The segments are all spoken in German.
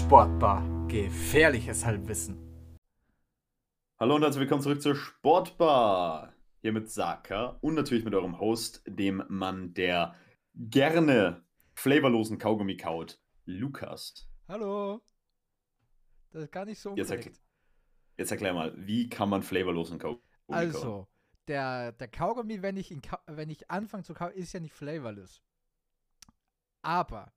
Sportbar. Gefährliches Halbwissen. Hallo und herzlich willkommen zurück zur Sportbar. Hier mit Saka und natürlich mit eurem Host, dem Mann, der gerne flavorlosen Kaugummi kaut, Lukas. Hallo. Das ist gar nicht so Jetzt, unkorrekt. jetzt erklär mal, wie kann man flavorlosen Kaugummi kauen? Also, der Kaugummi, wenn ich anfange zu kauen, ist ja nicht flavorless. Aber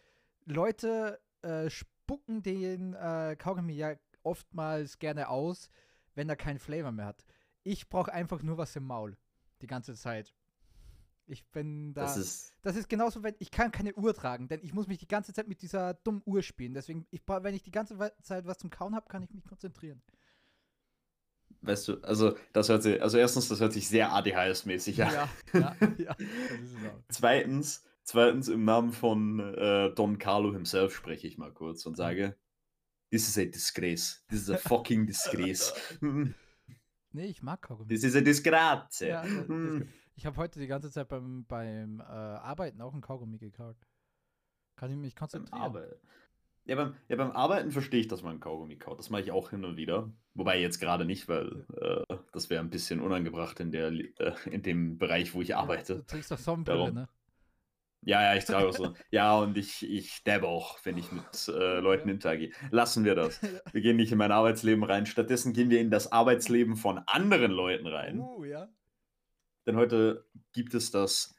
Leute spucken den Kaugummi ja oftmals gerne aus, wenn er keinen Flavor mehr hat. Ich brauche einfach nur was im Maul. Die ganze Zeit. Ich bin da. Das ist genauso, wenn ich kann keine Uhr tragen, denn ich muss mich die ganze Zeit mit dieser dummen Uhr spielen. Deswegen, wenn ich die ganze Zeit was zum Kauen habe, kann ich mich konzentrieren. Weißt du, also erstens, das hört sich sehr ADHS-mäßig an. Ja, ja, ja. Das ist es auch. Zweitens, im Namen von Don Carlo himself spreche ich mal kurz und sage, this is a disgrace. This is a fucking disgrace. Nee, ich mag Kaugummi. This is a disgrace. Ja, ich habe heute die ganze Zeit beim Arbeiten auch ein Kaugummi gekaut. Kann ich mich konzentrieren. Beim Arbeiten verstehe ich, dass man Kaugummi kaut. Das mache ich auch hin und wieder. Wobei jetzt gerade nicht, weil das wäre ein bisschen unangebracht in dem Bereich, wo ich arbeite. Du trägst doch Sonnenbrille, Darum. Ne? Ja, ich trage auch so. Ja, und ich dabbe auch, wenn ich mit Leuten interagiere. Lassen wir das. Wir gehen nicht in mein Arbeitsleben rein. Stattdessen gehen wir in das Arbeitsleben von anderen Leuten rein. Ja. Denn heute gibt es das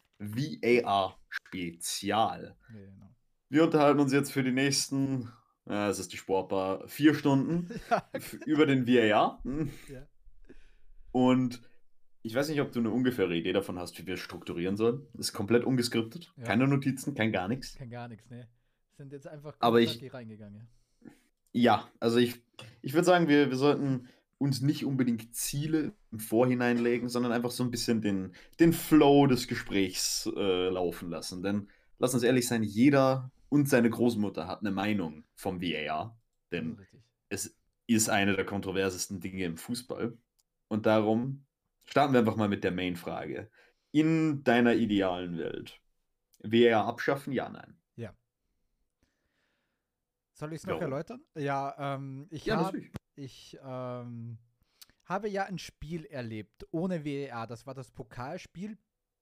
VAR-Spezial. Ja, genau. Wir unterhalten uns jetzt für die nächsten, es ist die Sportbar, 4 Stunden Ja. über den VAR. Ja. Und ich weiß nicht, ob du eine ungefähre Idee davon hast, wie wir strukturieren sollen. Das ist komplett ungeskriptet. Ja. Keine Notizen, kein gar nichts. Kein gar nichts, ne? Sind jetzt einfach Aber reingegangen. Ja, also ich würde sagen, wir sollten uns nicht unbedingt Ziele im Vorhinein legen, sondern einfach so ein bisschen den Flow des Gesprächs laufen lassen. Denn lass uns ehrlich sein, jeder und seine Großmutter hat eine Meinung vom VAR. Denn richtig. es ist eine der kontroversesten Dinge im Fußball. Und darum starten wir einfach mal mit der Main-Frage. In deiner idealen Welt, VAR abschaffen, ja, nein? Ja. Soll ich es noch Warum? erläutern? Ja, Natürlich. ich habe ja ein Spiel erlebt ohne VAR. Das war das Pokalspiel.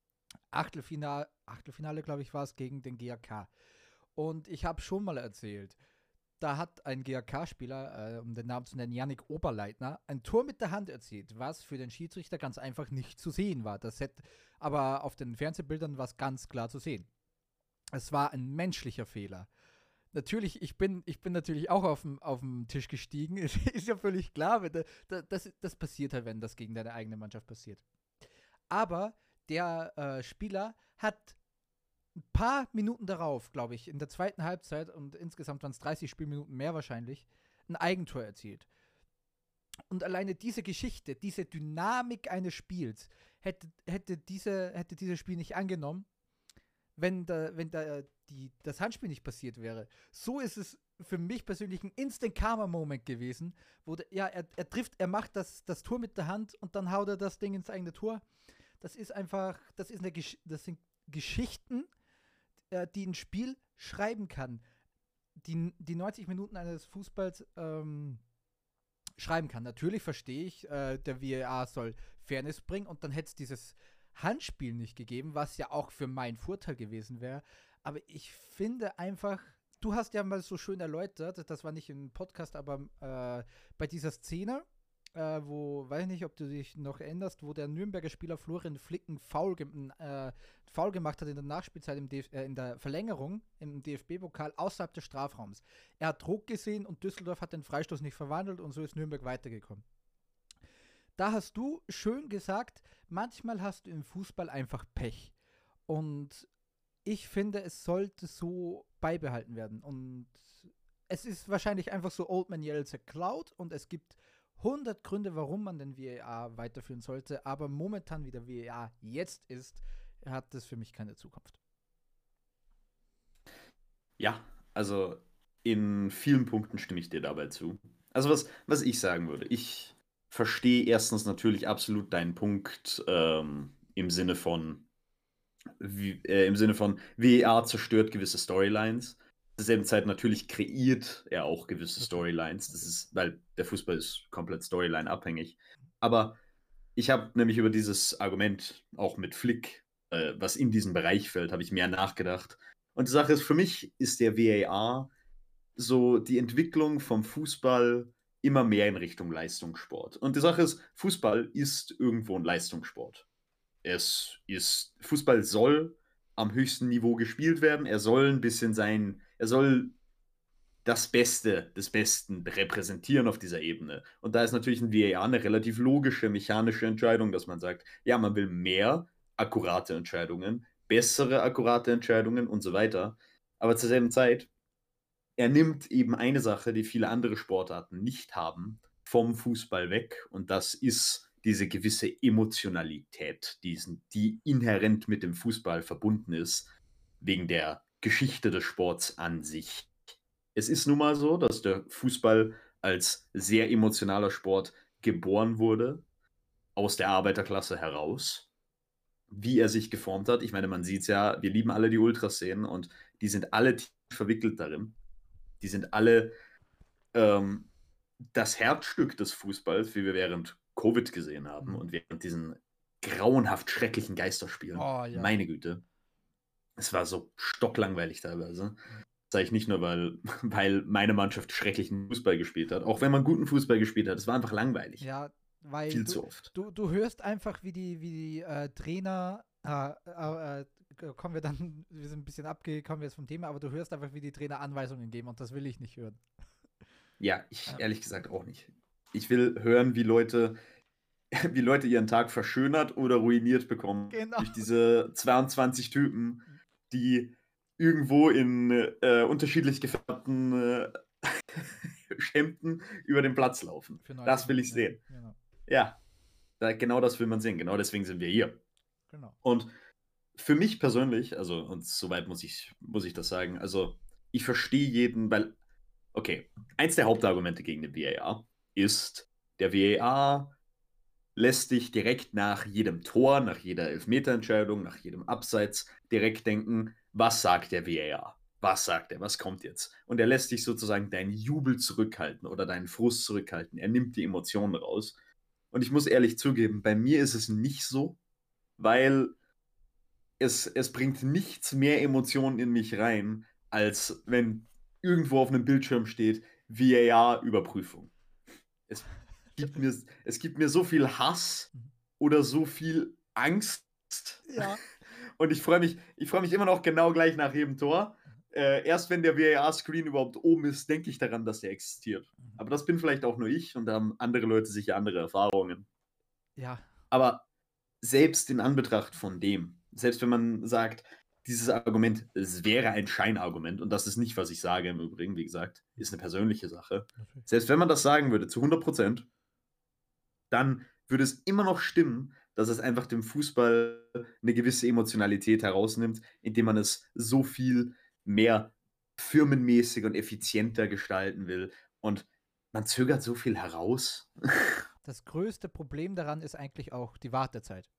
Achtelfinale, glaube ich, war es gegen den GAK. Und ich habe schon mal erzählt, da hat ein GAK-Spieler, um den Namen zu nennen, Yannick Oberleitner, ein Tor mit der Hand erzielt, was für den Schiedsrichter ganz einfach nicht zu sehen war. Aber auf den Fernsehbildern war es ganz klar zu sehen. Es war ein menschlicher Fehler. Natürlich, ich bin natürlich auch auf den Tisch gestiegen. Ist ja völlig klar, das passiert halt, wenn das gegen deine eigene Mannschaft passiert. Aber der Spieler hat ein paar Minuten darauf, glaube ich, in der zweiten Halbzeit, und insgesamt waren es 30 Spielminuten mehr wahrscheinlich, ein Eigentor erzielt. Und alleine diese Geschichte, diese Dynamik eines Spiels, hätte dieses Spiel nicht angenommen, wenn das Handspiel nicht passiert wäre. So ist es für mich persönlich ein Instant-Karma-Moment gewesen, wo er trifft, er macht das Tor mit der Hand und dann haut er das Ding ins eigene Tor. Das ist einfach, das sind Geschichten, die ein Spiel schreiben kann, die 90 Minuten eines Fußballs schreiben kann. Natürlich verstehe ich, der VAR soll Fairness bringen und dann hätte es dieses Handspiel nicht gegeben, was ja auch für meinen Vorteil gewesen wäre. Aber ich finde einfach, du hast ja mal so schön erläutert, das war nicht im Podcast, aber bei dieser Szene, weiß ich nicht, ob du dich noch erinnerst, wo der Nürnberger Spieler Florian Flicken Foul gemacht hat in der Nachspielzeit in der Verlängerung im DFB-Pokal außerhalb des Strafraums. Er hat Druck gesehen und Düsseldorf hat den Freistoß nicht verwandelt und so ist Nürnberg weitergekommen. Da hast du schön gesagt, manchmal hast du im Fußball einfach Pech. Und ich finde, es sollte so beibehalten werden. Und es ist wahrscheinlich einfach so Old Man Yells a Cloud und es gibt 100 Gründe, warum man den VAR weiterführen sollte, aber momentan, wie der VAR jetzt ist, hat das für mich keine Zukunft. Ja, also in vielen Punkten stimme ich dir dabei zu. Also was ich sagen würde, ich verstehe erstens natürlich absolut deinen Punkt im Sinne von VAR zerstört gewisse Storylines. Zur selben Zeit natürlich kreiert er auch gewisse Natürlich. Storylines. Das ist, weil der Fußball ist komplett Storyline abhängig. Aber ich habe nämlich über dieses Argument auch mit Flick, was in diesen Bereich fällt, habe ich mehr nachgedacht. Und die Sache ist, für mich ist der VAR so die Entwicklung vom Fußball immer mehr in Richtung Leistungssport. Und die Sache ist, Fußball ist irgendwo ein Leistungssport. Fußball soll am höchsten Niveau gespielt werden. Er soll ein bisschen er soll das Beste des Besten repräsentieren auf dieser Ebene. Und da ist natürlich ein VAR eine relativ logische, mechanische Entscheidung, dass man sagt, ja, man will mehr akkurate Entscheidungen, bessere akkurate Entscheidungen und so weiter. Aber zur selben Zeit, er nimmt eben eine Sache, die viele andere Sportarten nicht haben, vom Fußball weg. Und das ist diese gewisse Emotionalität, die inhärent mit dem Fußball verbunden ist, wegen der Geschichte des Sports an sich. Es ist nun mal so, dass der Fußball als sehr emotionaler Sport geboren wurde, aus der Arbeiterklasse heraus. Wie er sich geformt hat, ich meine, man sieht es ja, wir lieben alle die Ultraszenen und die sind alle tief verwickelt darin. Die sind alle das Herzstück des Fußballs, wie wir während Covid gesehen haben und während diesen grauenhaft schrecklichen Geisterspielen. Oh, ja. Meine Güte. Es war so stocklangweilig teilweise. Sage ich nicht nur, weil meine Mannschaft schrecklichen Fußball gespielt hat. Auch wenn man guten Fußball gespielt hat, es war einfach langweilig. Ja, weil Viel zu oft. Du hörst einfach, wie die Trainer, kommen wir dann, wir sind ein bisschen abgekommen jetzt vom Thema, aber du hörst einfach, wie die Trainer Anweisungen geben und das will ich nicht hören. Ja, ich ehrlich gesagt auch nicht. Ich will hören, wie Leute ihren Tag verschönert oder ruiniert bekommen. Genau. Durch diese 22 Typen, die irgendwo in unterschiedlich gefärbten Hemden über den Platz laufen. Für 90 Das will ich Minuten, sehen. Genau. Ja, genau das will man sehen. Genau deswegen sind wir hier. Genau. Und für mich persönlich, also, und soweit muss ich das sagen, also ich verstehe jeden, weil, okay, eins der Hauptargumente gegen den VAR ist, der VAR lässt dich direkt nach jedem Tor, nach jeder Elfmeterentscheidung, nach jedem Abseits direkt denken, was sagt der VAR? Was sagt er? Was kommt jetzt? Und er lässt dich sozusagen deinen Jubel zurückhalten oder deinen Frust zurückhalten. Er nimmt die Emotionen raus. Und ich muss ehrlich zugeben, bei mir ist es nicht so, weil es bringt nichts mehr Emotionen in mich rein, als wenn irgendwo auf einem Bildschirm steht, VAR-Überprüfung. Es gibt mir so viel Hass oder so viel Angst. Ja. Und ich freue mich immer noch genau gleich nach jedem Tor. Erst wenn der VAR-Screen überhaupt oben ist, denke ich daran, dass der existiert. Aber das bin vielleicht auch nur ich und da haben andere Leute sicher andere Erfahrungen. Ja. Aber selbst in Anbetracht von dem, selbst wenn man sagt, dieses Argument, es wäre ein Scheinargument, und das ist nicht, was ich sage im Übrigen, wie gesagt, ist eine persönliche Sache. Natürlich. Selbst wenn man das sagen würde, zu 100%, dann würde es immer noch stimmen, dass es einfach dem Fußball eine gewisse Emotionalität herausnimmt, indem man es so viel mehr firmenmäßig und effizienter gestalten will. Und man zögert so viel heraus. Das größte Problem daran ist eigentlich auch die Wartezeit.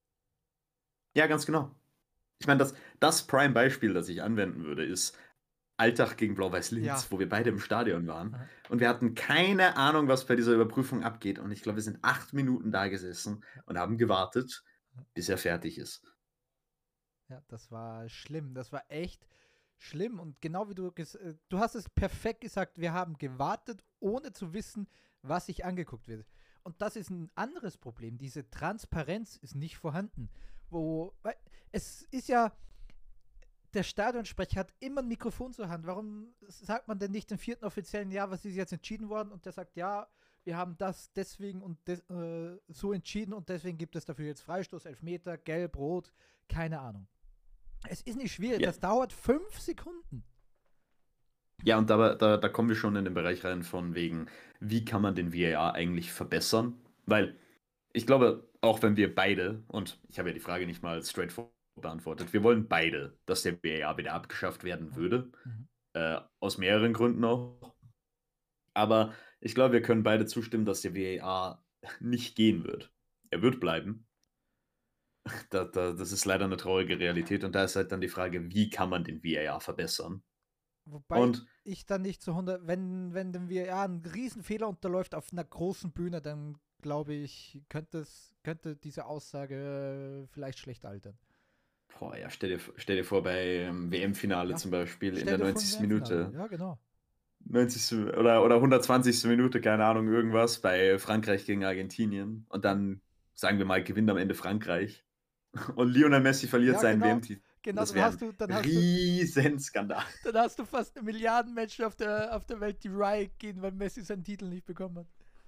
Ja, ganz genau. Ich meine, das Prime-Beispiel, das ich anwenden würde, ist Alltag gegen Blau-Weiß-Linz, Ja. wo wir beide im Stadion waren. Aha. Und wir hatten keine Ahnung, was bei dieser Überprüfung abgeht. Und ich glaube, wir sind 8 Minuten da gesessen und haben gewartet, bis er fertig ist. Ja, das war schlimm. Das war echt schlimm. Und genau wie du hast es perfekt gesagt, wir haben gewartet, ohne zu wissen, was sich angeguckt wird. Und das ist ein anderes Problem. Diese Transparenz ist nicht vorhanden. Weil es ist ja, der Stadionsprecher hat immer ein Mikrofon zur Hand. Warum sagt man denn nicht den vierten offiziellen, ja, was ist jetzt entschieden worden? Und der sagt, ja, wir haben das deswegen und so entschieden und deswegen gibt es dafür jetzt Freistoß, Elfmeter, Gelb, Rot, keine Ahnung. Es ist nicht schwierig, Ja. das dauert 5 Sekunden. Ja, und da kommen wir schon in den Bereich rein von wegen, wie kann man den VAR eigentlich verbessern? Weil ich glaube, auch wenn wir beide, und ich habe ja die Frage nicht mal straightforward beantwortet, wir wollen beide, dass der VAR wieder abgeschafft werden würde. Aus mehreren Gründen auch. Aber ich glaube, wir können beide zustimmen, dass der VAR nicht gehen wird. Er wird bleiben. Das ist leider eine traurige Realität. Und da ist halt dann die Frage, wie kann man den VAR verbessern? Wobei Und ich dann nicht zu 100, wenn wir ja einen Riesenfehler unterläuft auf einer großen Bühne, dann glaube ich, könnte diese Aussage vielleicht schlecht altern. boah, ja, stell dir vor, bei WM-Finale Ja, zum Beispiel in stell der dir vor, ein 90. WM-Finale. Minute, Ja, genau. 90. oder 120. Minute, keine Ahnung, irgendwas, bei Frankreich gegen Argentinien. Und Ja, dann, sagen wir mal, gewinnt am Ende Frankreich. Und Lionel Messi verliert ja, seinen genau. WM-Titel. Genau, Das wäre ein Riesenskandal. dann hast du fast eine Milliarden Menschen auf der Welt, die Riot gehen, weil Messi seinen Titel nicht bekommen hat.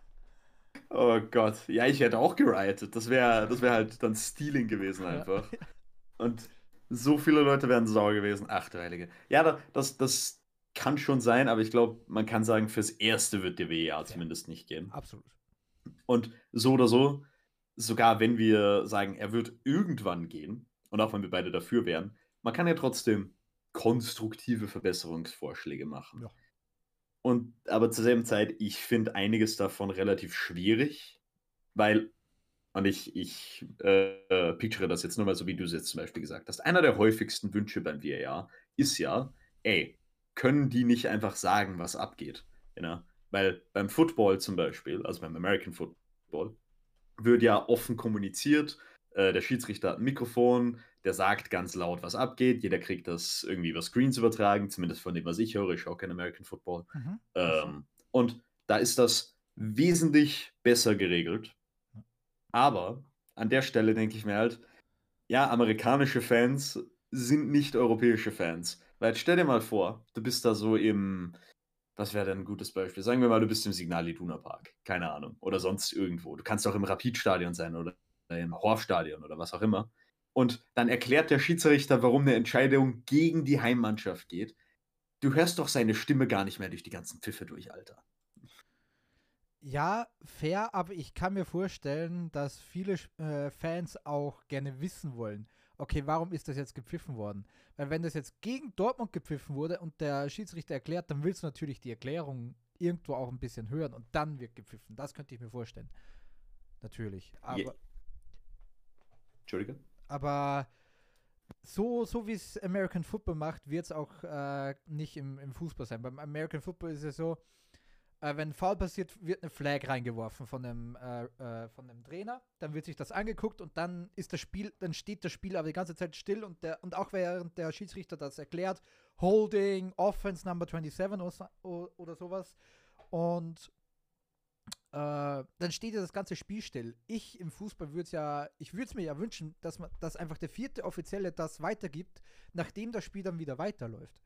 Oh Gott. Ja, ich hätte auch geriotet. Das wär halt dann Stealing gewesen Ja, einfach. Und so viele Leute wären sauer gewesen. Ach du Heilige. Ja, das kann schon sein, aber ich glaube, man kann sagen, fürs Erste wird der WEA fair. zumindest nicht gehen. Absolut. Und so oder so, sogar wenn wir sagen, er wird irgendwann gehen, und auch wenn wir beide dafür wären, man kann ja trotzdem konstruktive Verbesserungsvorschläge machen. Ja. Und aber zur selben Zeit, ich finde einiges davon relativ schwierig, weil, und ich picture das jetzt nur mal so, wie du es jetzt zum Beispiel gesagt hast. Einer der häufigsten Wünsche beim VAR ist ja, ey, können die nicht einfach sagen, was abgeht? You Weil beim Football zum Beispiel, also beim American Football, wird ja offen kommuniziert. Der Schiedsrichter hat ein Mikrofon, der sagt ganz laut, was abgeht. Jeder kriegt das irgendwie über Screens übertragen, zumindest von dem, was ich höre. Ich schaue kein American Football. Mhm. Ich schon. Und da ist das wesentlich besser geregelt. Aber an der Stelle denke ich mir halt, ja, amerikanische Fans sind nicht europäische Fans. Weil stell dir mal vor, du bist da so im, was wäre denn ein gutes Beispiel? Sagen wir mal, du bist im Signal Iduna Park, keine Ahnung, oder sonst irgendwo. Du kannst auch im Rapid-Stadion sein oder im Horf-Stadion oder was auch immer. Und dann erklärt der Schiedsrichter, warum eine Entscheidung gegen die Heimmannschaft geht. Du hörst doch seine Stimme gar nicht mehr durch die ganzen Pfiffe durch, Alter. Ja, fair, aber ich kann mir vorstellen, dass viele Fans auch gerne wissen wollen, okay, warum ist das jetzt gepfiffen worden? Weil wenn das jetzt gegen Dortmund gepfiffen wurde und der Schiedsrichter erklärt, dann willst du natürlich die Erklärung irgendwo auch ein bisschen hören und dann wird gepfiffen. Das könnte ich mir vorstellen. Natürlich. Je Entschuldige? Aber so wie es American Football macht, wird es auch nicht im Fußball sein. Beim American Football ist es so, wenn ein Foul passiert, wird eine Flag reingeworfen von dem Trainer. Dann wird sich das angeguckt und dann steht das Spiel aber die ganze Zeit still und auch während der Schiedsrichter das erklärt, Holding, Offense Number 27 oder sowas. Und dann steht ja das ganze Spiel still. Ich im Fußball ich würde es mir ja wünschen, dass einfach der vierte Offizielle das weitergibt, nachdem das Spiel dann wieder weiterläuft.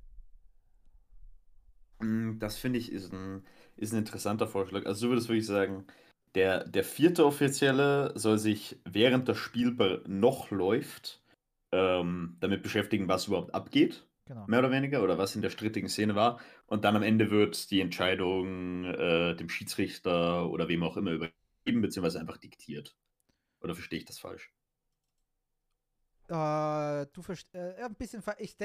Das finde ich ist ein interessanter Vorschlag. Also du würdest wirklich sagen, der vierte Offizielle soll sich, während das Spiel noch läuft, damit beschäftigen, was überhaupt abgeht, Genau. mehr oder weniger, oder was in der strittigen Szene war. Und dann am Ende wird die Entscheidung dem Schiedsrichter oder wem auch immer übergeben, beziehungsweise einfach diktiert. Oder verstehe ich das falsch? Du verstehst, ein bisschen,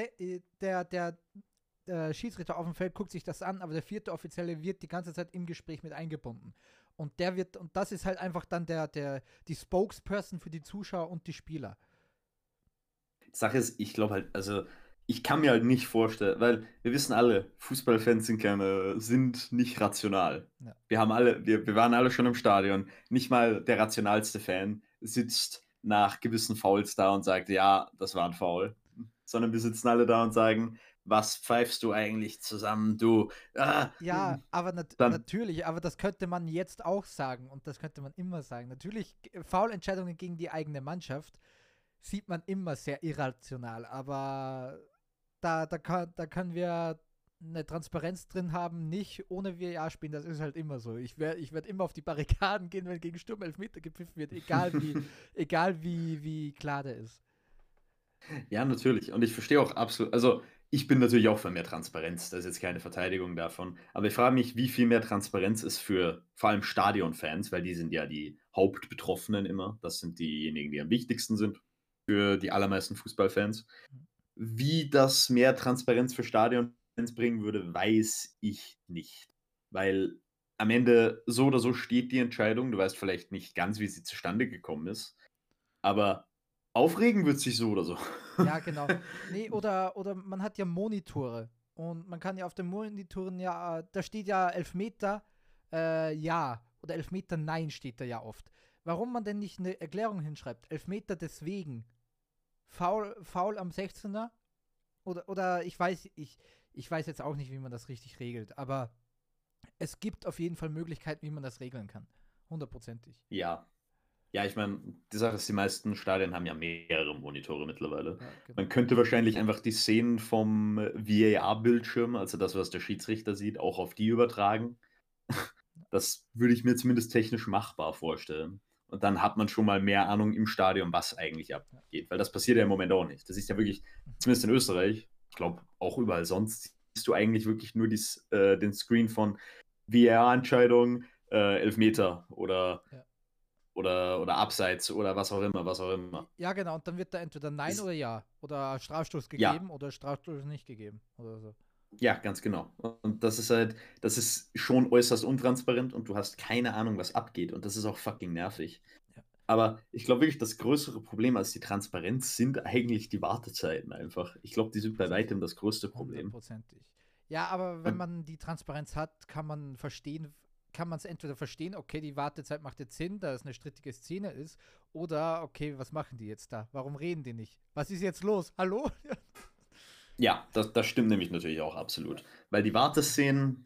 der Schiedsrichter auf dem Feld guckt sich das an, aber der vierte Offizielle wird die ganze Zeit im Gespräch mit eingebunden. Und das ist halt einfach dann die Spokesperson für die Zuschauer und die Spieler. Sache ist, ich glaube halt, also ich kann mir halt nicht vorstellen, weil wir wissen alle, Fußballfans sind nicht rational. Ja. Wir waren alle schon im Stadion. Nicht mal der rationalste Fan sitzt nach gewissen Fouls da und sagt, ja, das war ein Foul. Sondern wir sitzen alle da und sagen, was pfeifst du eigentlich zusammen, du? Ah, Ja, aber dann, natürlich, aber das könnte man jetzt auch sagen und das könnte man immer sagen. Natürlich, Foulentscheidungen gegen die eigene Mannschaft sieht man immer sehr irrational, aber da können wir eine Transparenz drin haben, nicht ohne VAR spielen, das ist halt immer so. Ich werd immer auf die Barrikaden gehen, wenn gegen Sturm Elfmeter gepfiffen wird, egal wie klar der ist. Ja, natürlich. Und ich verstehe auch absolut, also ich bin natürlich auch für mehr Transparenz, das ist jetzt keine Verteidigung davon. Aber ich frage mich, wie viel mehr Transparenz ist für vor allem Stadionfans, weil die sind ja die Hauptbetroffenen immer. Das sind diejenigen, die am wichtigsten sind für die allermeisten Fußballfans. Wie das mehr Transparenz für Stadionfans bringen würde, weiß ich nicht. Weil am Ende so oder so steht die Entscheidung. Du weißt vielleicht nicht ganz, wie sie zustande gekommen ist. Aber aufregen wird sich so oder so. Ja, genau. Nee, oder man hat ja Monitore. Und man kann ja auf den Monitoren da steht ja Elfmeter, ja. Oder Elfmeter, nein, steht da ja oft. Warum man denn nicht eine Erklärung hinschreibt? Elfmeter deswegen. Foul am 16er? Oder ich weiß jetzt auch nicht, wie man das richtig regelt, aber es gibt auf jeden Fall Möglichkeiten, wie man das regeln kann. Hundertprozentig. Ja. Ja, ich meine, die Sache ist, die meisten Stadien haben ja mehrere Monitore mittlerweile. Ja, genau. Man könnte wahrscheinlich einfach die Szenen vom VAR-Bildschirm, also das, was der Schiedsrichter sieht, auch auf die übertragen. Das würde ich mir zumindest technisch machbar vorstellen. Und dann hat man schon mal mehr Ahnung im Stadion, was eigentlich abgeht. Weil das passiert ja im Moment auch nicht. Das ist ja wirklich, zumindest in Österreich, ich glaube auch überall sonst, siehst du eigentlich wirklich nur den Screen von VAR-Entscheidung, Elfmeter Ja. oder Abseits oder was auch immer, was auch immer. Ja, genau. Und dann wird da entweder Nein oder Ja. Oder Strafstoß Ja, gegeben oder Strafstoß nicht gegeben. Oder so. ja, ganz genau. Und das ist halt, das ist schon äußerst untransparent und du hast keine Ahnung, was abgeht. Und das ist auch fucking nervig. Ja. Aber ich glaube wirklich, das größere Problem als die Transparenz sind eigentlich die Wartezeiten einfach. Ich glaube, die sind bei weitem das größte Problem. Hundertprozentig. Ja, aber wenn Und man die Transparenz hat, kann man es entweder verstehen, okay, die Wartezeit macht jetzt Sinn, da es eine strittige Szene ist, oder okay, was machen die jetzt da? Warum reden die nicht? Was ist jetzt los? Hallo? ja, das stimmt nämlich natürlich auch absolut. Weil die Warteszenen,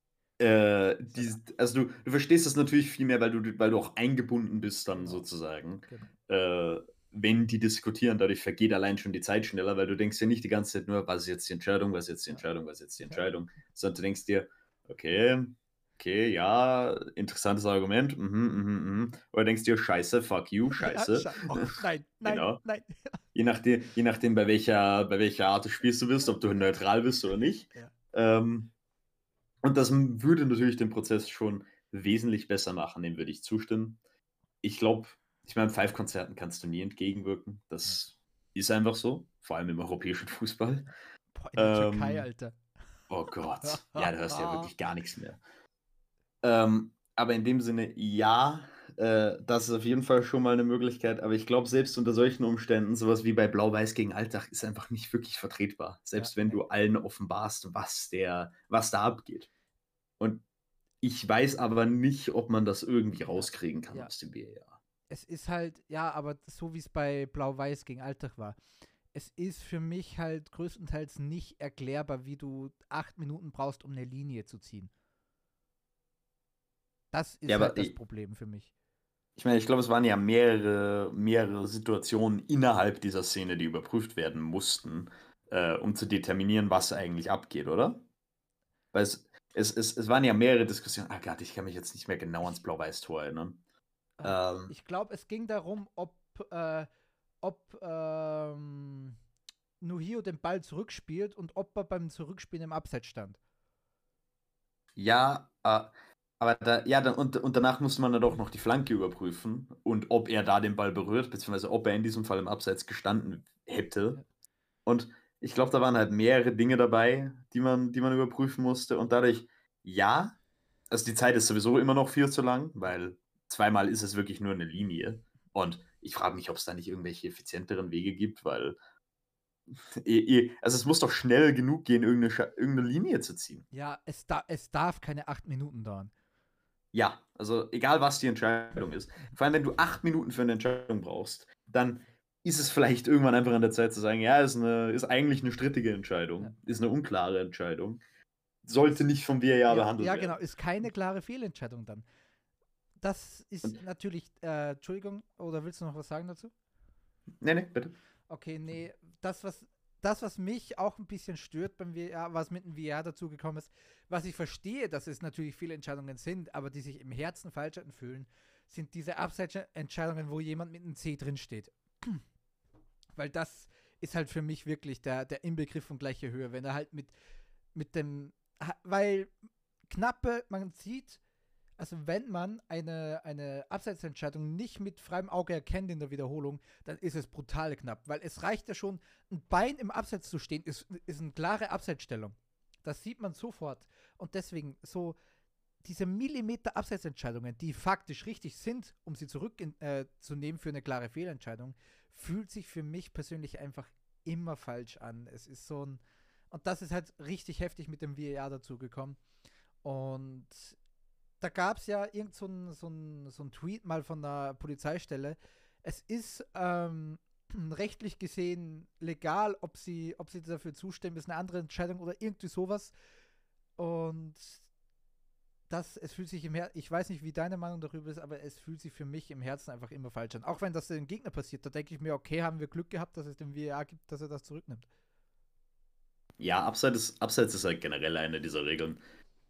also du verstehst das natürlich viel mehr, weil du auch eingebunden bist dann Genau. sozusagen. Genau. Wenn die diskutieren, dadurch vergeht allein schon die Zeit schneller, weil du denkst ja nicht die ganze Zeit nur, was ist jetzt die Entscheidung, was ist jetzt die Entscheidung, was ist jetzt die Entscheidung, sondern du denkst dir, okay, ja, interessantes Argument, oder denkst dir, scheiße, fuck you, scheiße. Ja, oh, nein, Genau. nein. Je nachdem bei welcher Art des Spiels du bist, ob du neutral bist oder nicht. Ja. Und das würde natürlich den Prozess schon wesentlich besser machen, dem würde ich zustimmen. Ich glaube, meine, Five-Konzerten kannst du nie entgegenwirken. Das ist einfach so, vor allem im europäischen Fußball. Boah, in der Türkei, Alter. Oh Gott, ja, da hörst du ja wirklich gar nichts mehr. Aber in dem Sinne, ja, das ist auf jeden Fall schon mal eine Möglichkeit, aber ich glaube, selbst unter solchen Umständen, sowas wie bei Blau-Weiß gegen Alltag, ist einfach nicht wirklich vertretbar. Selbst wenn du allen offenbarst, was da abgeht. Und ich weiß aber nicht, ob man das irgendwie rauskriegen kann aus dem VAR. Es ist halt, ja, aber so wie es bei Blau-Weiß gegen Alltag war. Es ist für mich halt größtenteils nicht erklärbar, wie du 8 Minuten brauchst, um eine Linie zu ziehen. Das ist halt das Problem für mich. Ich meine, ich glaube, es waren ja mehrere Situationen innerhalb dieser Szene, die überprüft werden mussten, um zu determinieren, was eigentlich abgeht, oder? Weil es waren ja mehrere Diskussionen. Ah Gott, ich kann mich jetzt nicht mehr genau ans Blau-Weiß-Tor erinnern. Ich glaube, es ging darum, ob Nuhio den Ball zurückspielt und ob er beim Zurückspielen im Abseits stand. Ja, aber und danach musste man dann doch noch die Flanke überprüfen und ob er da den Ball berührt, beziehungsweise ob er in diesem Fall im Abseits gestanden hätte. Ja. Und ich glaube, da waren halt mehrere Dinge dabei, die man überprüfen musste. Und dadurch, ja, also die Zeit ist sowieso immer noch viel zu lang, weil zweimal ist es wirklich nur eine Linie. Und ich frage mich, ob es da nicht irgendwelche effizienteren Wege gibt, weil also es muss doch schnell genug gehen, irgendeine Linie zu ziehen. Ja, es darf keine 8 Minuten dauern. Ja, also egal, was die Entscheidung ist. Vor allem, wenn du 8 Minuten für eine Entscheidung brauchst, dann ist es vielleicht irgendwann einfach an der Zeit zu sagen, ja, ist eigentlich eine strittige Entscheidung, ist eine unklare Entscheidung, sollte nicht vom VAR behandelt werden. Ja, genau, ist keine klare Fehlentscheidung dann. Das ist natürlich, Entschuldigung, oder willst du noch was sagen dazu? Nee, bitte. Okay, nee, das, was mich auch ein bisschen stört beim VR, was mit dem VR dazugekommen ist, was ich verstehe, dass es natürlich viele Entscheidungen sind, aber die sich im Herzen falsch anfühlen, sind diese Abseitsentscheidungen, wo jemand mit einem C drinsteht. Weil das ist halt für mich wirklich der Inbegriff von gleicher Höhe, wenn er halt mit dem, weil knappe, man sieht, also wenn man eine Abseitsentscheidung nicht mit freiem Auge erkennt in der Wiederholung, dann ist es brutal knapp, weil es reicht ja schon, ein Bein im Abseits zu stehen, ist eine klare Abseitsstellung. Das sieht man sofort. Und deswegen so diese Millimeter Abseitsentscheidungen, die faktisch richtig sind, um sie zurückzunehmen für eine klare Fehlentscheidung, fühlt sich für mich persönlich einfach immer falsch an. Es ist so ein, Und das ist halt richtig heftig mit dem VAR dazugekommen. Und da gab es ja so ein Tweet mal von der Polizeistelle. Es ist rechtlich gesehen legal, ob sie dafür zustimmen, ist eine andere Entscheidung oder irgendwie sowas. Und es fühlt sich im Herzen, ich weiß nicht, wie deine Meinung darüber ist, aber es fühlt sich für mich im Herzen einfach immer falsch an. Auch wenn das dem Gegner passiert, da denke ich mir, okay, haben wir Glück gehabt, dass es den VAR gibt, dass er das zurücknimmt. Ja, Abseits ist halt generell eine dieser Regeln.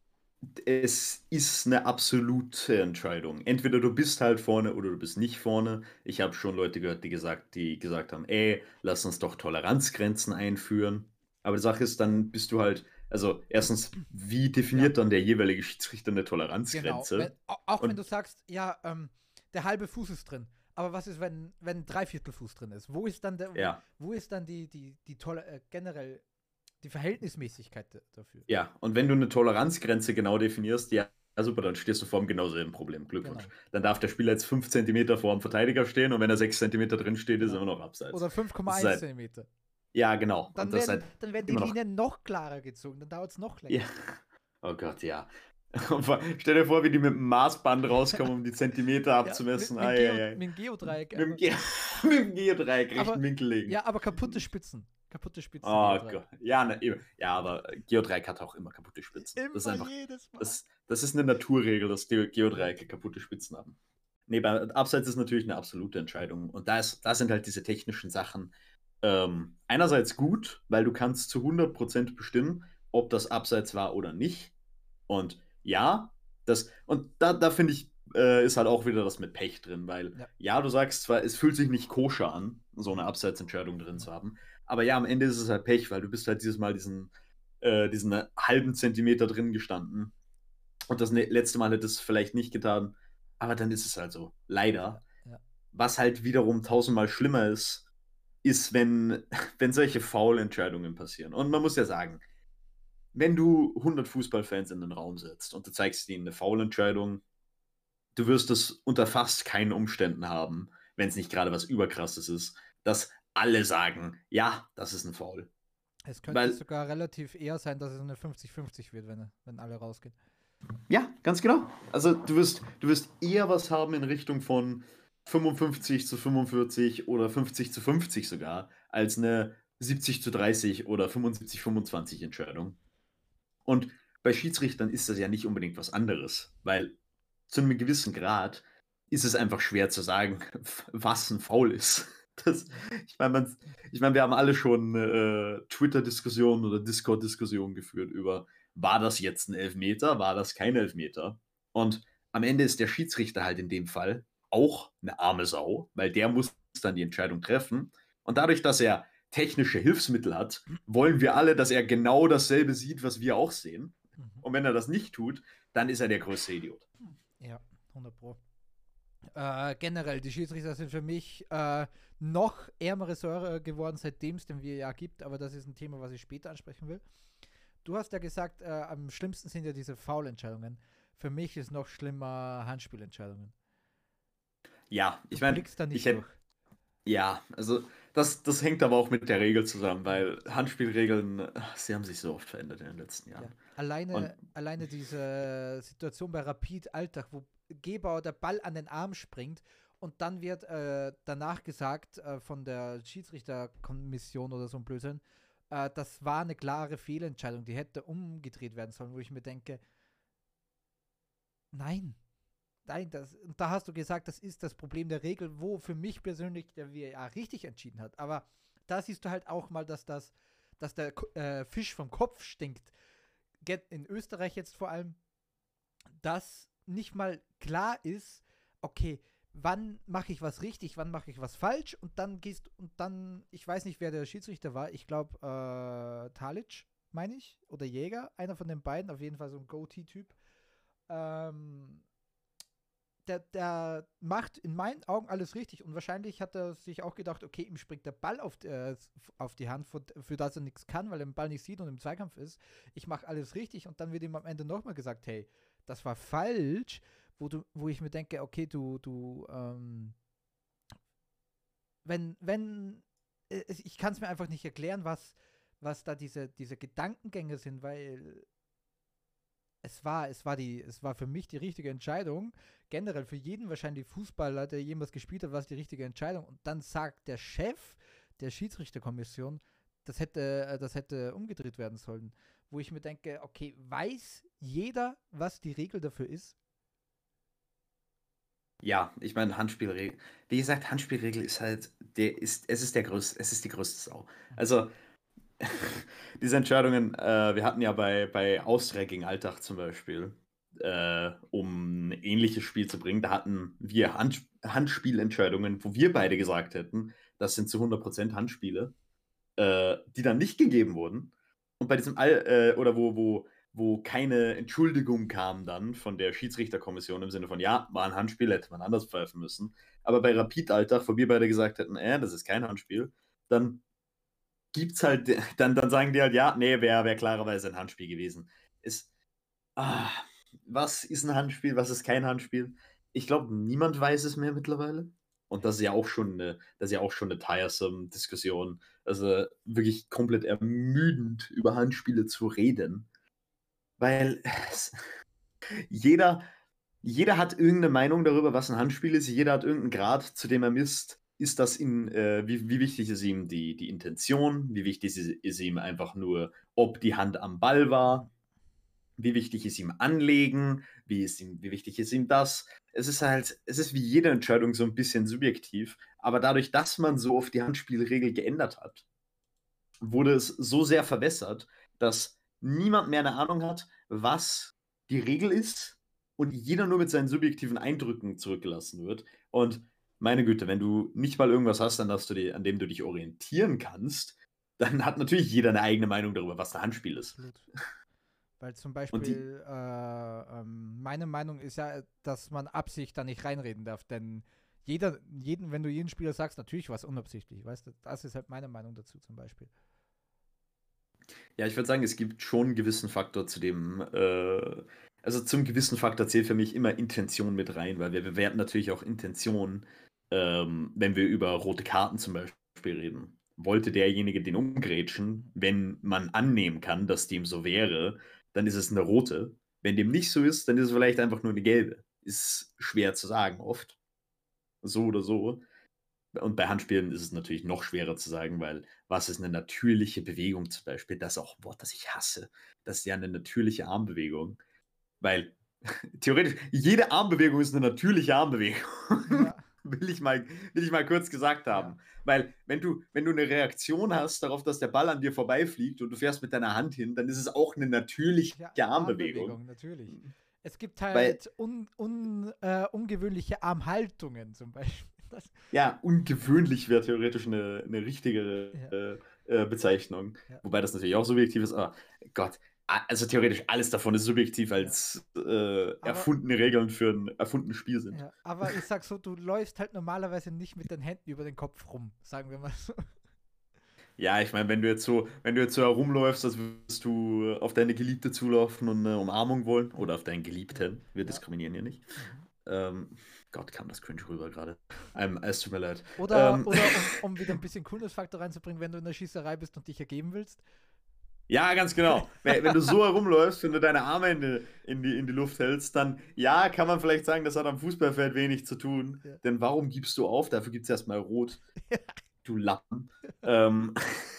Es ist eine absolute Entscheidung. Entweder du bist halt vorne oder du bist nicht vorne. Ich habe schon Leute gehört, die gesagt haben, ey, lass uns doch Toleranzgrenzen einführen. Aber die Sache ist, dann bist du halt, also erstens, wie Ja, definiert dann der jeweilige Schiedsrichter eine genau. Toleranzgrenze? Auch wenn du Und sagst, ja, der halbe Fuß ist drin. Aber was ist, wenn ein Dreiviertelfuß drin ist? Wo ist dann ja, wo ist dann die tolle, generell die Verhältnismäßigkeit dafür? ja, und wenn du eine Toleranzgrenze genau definierst, ja, super, dann stehst du vor dem genau selben Problem. Glückwunsch. Genau. Dann darf der Spieler jetzt 5 Zentimeter vor dem Verteidiger stehen und wenn er 6 Zentimeter drin steht, ist er Genau. immer noch abseits. Oder Das ist 5,1 halt, Zentimeter. ja, genau. Und Dann das ist werden, halt dann werden die immer noch. Linien noch klarer gezogen, dann dauert es noch länger. Ja. Oh Gott, ja. Stell dir vor, wie die mit dem Maßband rauskommen, um die Zentimeter Ja, abzumessen. Mit mit dem Geodreieck. dem, Ge mit dem Geodreieck rechten Aber, Winkel legen. ja, aber kaputte Spitzen. Kaputte Spitzen. Oh Geodreieck. Gott. Ja, ne, eben. Ja, aber Geodreieck hat auch immer kaputte Spitzen. Das ist Immer einfach, jedes Mal. das ist eine Naturregel, dass Geodreiecke kaputte Spitzen haben. Nee, bei Abseits ist natürlich eine absolute Entscheidung. Und da sind halt diese technischen Sachen einerseits gut, weil du kannst zu 100% bestimmen, ob das Abseits war oder nicht. Und ja, da finde ich, ist halt auch wieder das mit Pech drin, weil ja, du sagst zwar, es fühlt sich nicht koscher an, so eine Abseitsentscheidung drin zu haben, aber ja, am Ende ist es halt Pech, weil du bist halt dieses Mal diesen halben Zentimeter drin gestanden und das letzte Mal hätte es vielleicht nicht getan, aber dann ist es halt so, leider. Ja. Was halt wiederum tausendmal schlimmer ist, wenn solche Foul-Entscheidungen passieren. Und man muss ja sagen, wenn du 100 Fußballfans in den Raum setzt und du zeigst ihnen eine Foul-Entscheidung, du wirst es unter fast keinen Umständen haben, wenn es nicht gerade was Überkrasses ist, dass alle sagen, ja, das ist ein Foul. Es könnte sogar relativ eher sein, dass es eine 50-50 wird, wenn alle rausgehen. Ja, ganz genau. Also du wirst eher was haben in Richtung von 55-45 oder 50-50 sogar, als eine 70-30 oder 75-25 Entscheidung. Und bei Schiedsrichtern ist das ja nicht unbedingt was anderes, weil zu einem gewissen Grad ist es einfach schwer zu sagen, was ein Foul ist. Ich meine, wir haben alle schon Twitter-Diskussionen oder Discord-Diskussionen geführt über, war das jetzt ein Elfmeter, war das kein Elfmeter? Und am Ende ist der Schiedsrichter halt in dem Fall auch eine arme Sau, weil der muss dann die Entscheidung treffen. Und dadurch, dass er technische Hilfsmittel hat, wollen wir alle, dass er genau dasselbe sieht, was wir auch sehen. Und wenn er das nicht tut, dann ist er der größte Idiot. Ja, 100 Pro. Generell, die Schiedsrichter sind für mich noch ärmere Säure geworden, seitdem es den VAR gibt, aber das ist ein Thema, was ich später ansprechen will. Du hast ja gesagt, am schlimmsten sind ja diese Foul-Entscheidungen. Für mich ist noch schlimmer Handspielentscheidungen. Ja, ich meine, ja, also das hängt aber auch mit der Regel zusammen, weil Handspielregeln, sie haben sich so oft verändert in den letzten Jahren. Ja. Alleine diese Situation bei Rapid Alltag, wo Gebauer der Ball an den Arm springt und dann wird danach gesagt von der Schiedsrichterkommission oder so ein Blödsinn, das war eine klare Fehlentscheidung, die hätte umgedreht werden sollen, wo ich mir denke, nein, da hast du gesagt, das ist das Problem der Regel, wo für mich persönlich der VAR richtig entschieden hat. Aber da siehst du halt auch mal, dass der Fisch vom Kopf stinkt. In Österreich jetzt vor allem, dass nicht mal klar ist, okay, wann mache ich was richtig, wann mache ich was falsch und dann, ich weiß nicht, wer der Schiedsrichter war, ich glaube Talic, meine ich, oder Jäger, einer von den beiden, auf jeden Fall so ein Goatee-Typ. Der macht in meinen Augen alles richtig und wahrscheinlich hat er sich auch gedacht, okay, ihm springt der Ball auf die Hand, für das er nichts kann, weil er den Ball nicht sieht und im Zweikampf ist. Ich mache alles richtig und dann wird ihm am Ende nochmal gesagt, hey, das war falsch, wo ich mir denke, okay, ich kann es mir einfach nicht erklären, was da diese Gedankengänge sind, weil es war für mich die richtige Entscheidung. Generell für jeden wahrscheinlich Fußballer, der jemals gespielt hat, war es die richtige Entscheidung. Und dann sagt der Chef der Schiedsrichterkommission, das hätte umgedreht werden sollen. Wo ich mir denke, okay, weiß jeder, was die Regel dafür ist? Ja, ich meine, Handspielregel. Wie gesagt, Handspielregel ist halt, es ist die größte Sau. Also, diese Entscheidungen, wir hatten ja bei Austria gegen Altach zum Beispiel, um ein ähnliches Spiel zu bringen, da hatten wir Handspielentscheidungen, wo wir beide gesagt hätten, das sind zu 100% Handspiele, die dann nicht gegeben wurden. Und bei diesem oder wo keine Entschuldigung kam dann von der Schiedsrichterkommission im Sinne von, ja, war ein Handspiel, hätte man anders pfeifen müssen. Aber bei Rapid Alltag, wo wir beide gesagt hätten, das ist kein Handspiel, dann gibt's halt, dann sagen die halt, ja, nee, wäre klarerweise ein Handspiel gewesen. Ist, ah, was ist ein Handspiel, was ist kein Handspiel? Ich glaube, niemand weiß es mehr mittlerweile. Und das ist ja auch schon eine tiresome Diskussion. Also wirklich komplett ermüdend, über Handspiele zu reden. Weil jeder, jeder hat irgendeine Meinung darüber, was ein Handspiel ist. Jeder hat irgendeinen Grad, zu dem er misst. Ist das wie wichtig ist ihm die Intention? Wie wichtig ist ihm einfach nur, ob die Hand am Ball war? Wie wichtig ist ihm Anlegen? Wie wichtig ist ihm das? Es ist wie jede Entscheidung so ein bisschen subjektiv. Aber dadurch, dass man so oft die Handspielregel geändert hat, wurde es so sehr verwässert, dass niemand mehr eine Ahnung hat, was die Regel ist und jeder nur mit seinen subjektiven Eindrücken zurückgelassen wird. Und meine Güte, wenn du nicht mal irgendwas hast, an dem du dich orientieren kannst, dann hat natürlich jeder eine eigene Meinung darüber, was ein Handspiel ist. Absolut. Weil zum Und die, Beispiel meine Meinung ist ja, dass man Absicht da nicht reinreden darf, denn wenn du jeden Spieler sagst, natürlich war es unabsichtlich, weißt du, das ist halt meine Meinung dazu zum Beispiel. ja, ich würde sagen, es gibt schon einen gewissen Faktor also zum gewissen Faktor zählt für mich immer Intention mit rein, weil wir bewerten natürlich auch Intention, wenn wir über rote Karten zum Beispiel reden. Wollte derjenige den umgrätschen, wenn man annehmen kann, dass dem so wäre, dann ist es eine rote. Wenn dem nicht so ist, dann ist es vielleicht einfach nur eine gelbe. Ist schwer zu sagen oft. So oder so. Und bei Handspielen ist es natürlich noch schwerer zu sagen, weil was ist eine natürliche Bewegung zum Beispiel? Das ist auch ein Wort, das ich hasse. Das ist ja eine natürliche Armbewegung. Weil theoretisch jede Armbewegung ist eine natürliche Armbewegung. Ja, Will ich mal kurz gesagt haben. ja. Weil wenn du eine Reaktion hast darauf, dass der Ball an dir vorbeifliegt und du fährst mit deiner Hand hin, dann ist es auch eine natürliche Ja, Armbewegung. Armbewegung, natürlich. Es gibt Weil, halt ungewöhnliche Armhaltungen zum Beispiel. Das, ja, ungewöhnlich wäre theoretisch eine ja, richtigere Bezeichnung. ja. Wobei das natürlich auch subjektiv ist, aber Gott, also theoretisch alles davon ist subjektiv, Ja. als Aber, erfundene Regeln für ein erfundenes Spiel sind. ja, aber ich sag so, du läufst halt normalerweise nicht mit den Händen über den Kopf rum, sagen wir mal so. Ja, ich meine, wenn du jetzt so herumläufst, als würdest du auf deine Geliebte zulaufen und eine Umarmung wollen, oder auf deinen Ja, Geliebten, wir ja. diskriminieren hier nicht. Mhm. Ähm, Gott, kam das cringe rüber gerade. Es tut mir leid. Oder um wieder ein bisschen Coolness-Faktor reinzubringen, wenn du in der Schießerei bist und dich ergeben willst. Ja, ganz genau. Wenn du so herumläufst, wenn du deine Arme in die Luft hältst, dann ja, kann man vielleicht sagen, das hat am Fußballfeld wenig zu tun. Ja. Denn warum gibst du auf? Dafür gibt es erstmal Rot. Du Lappen. Ähm,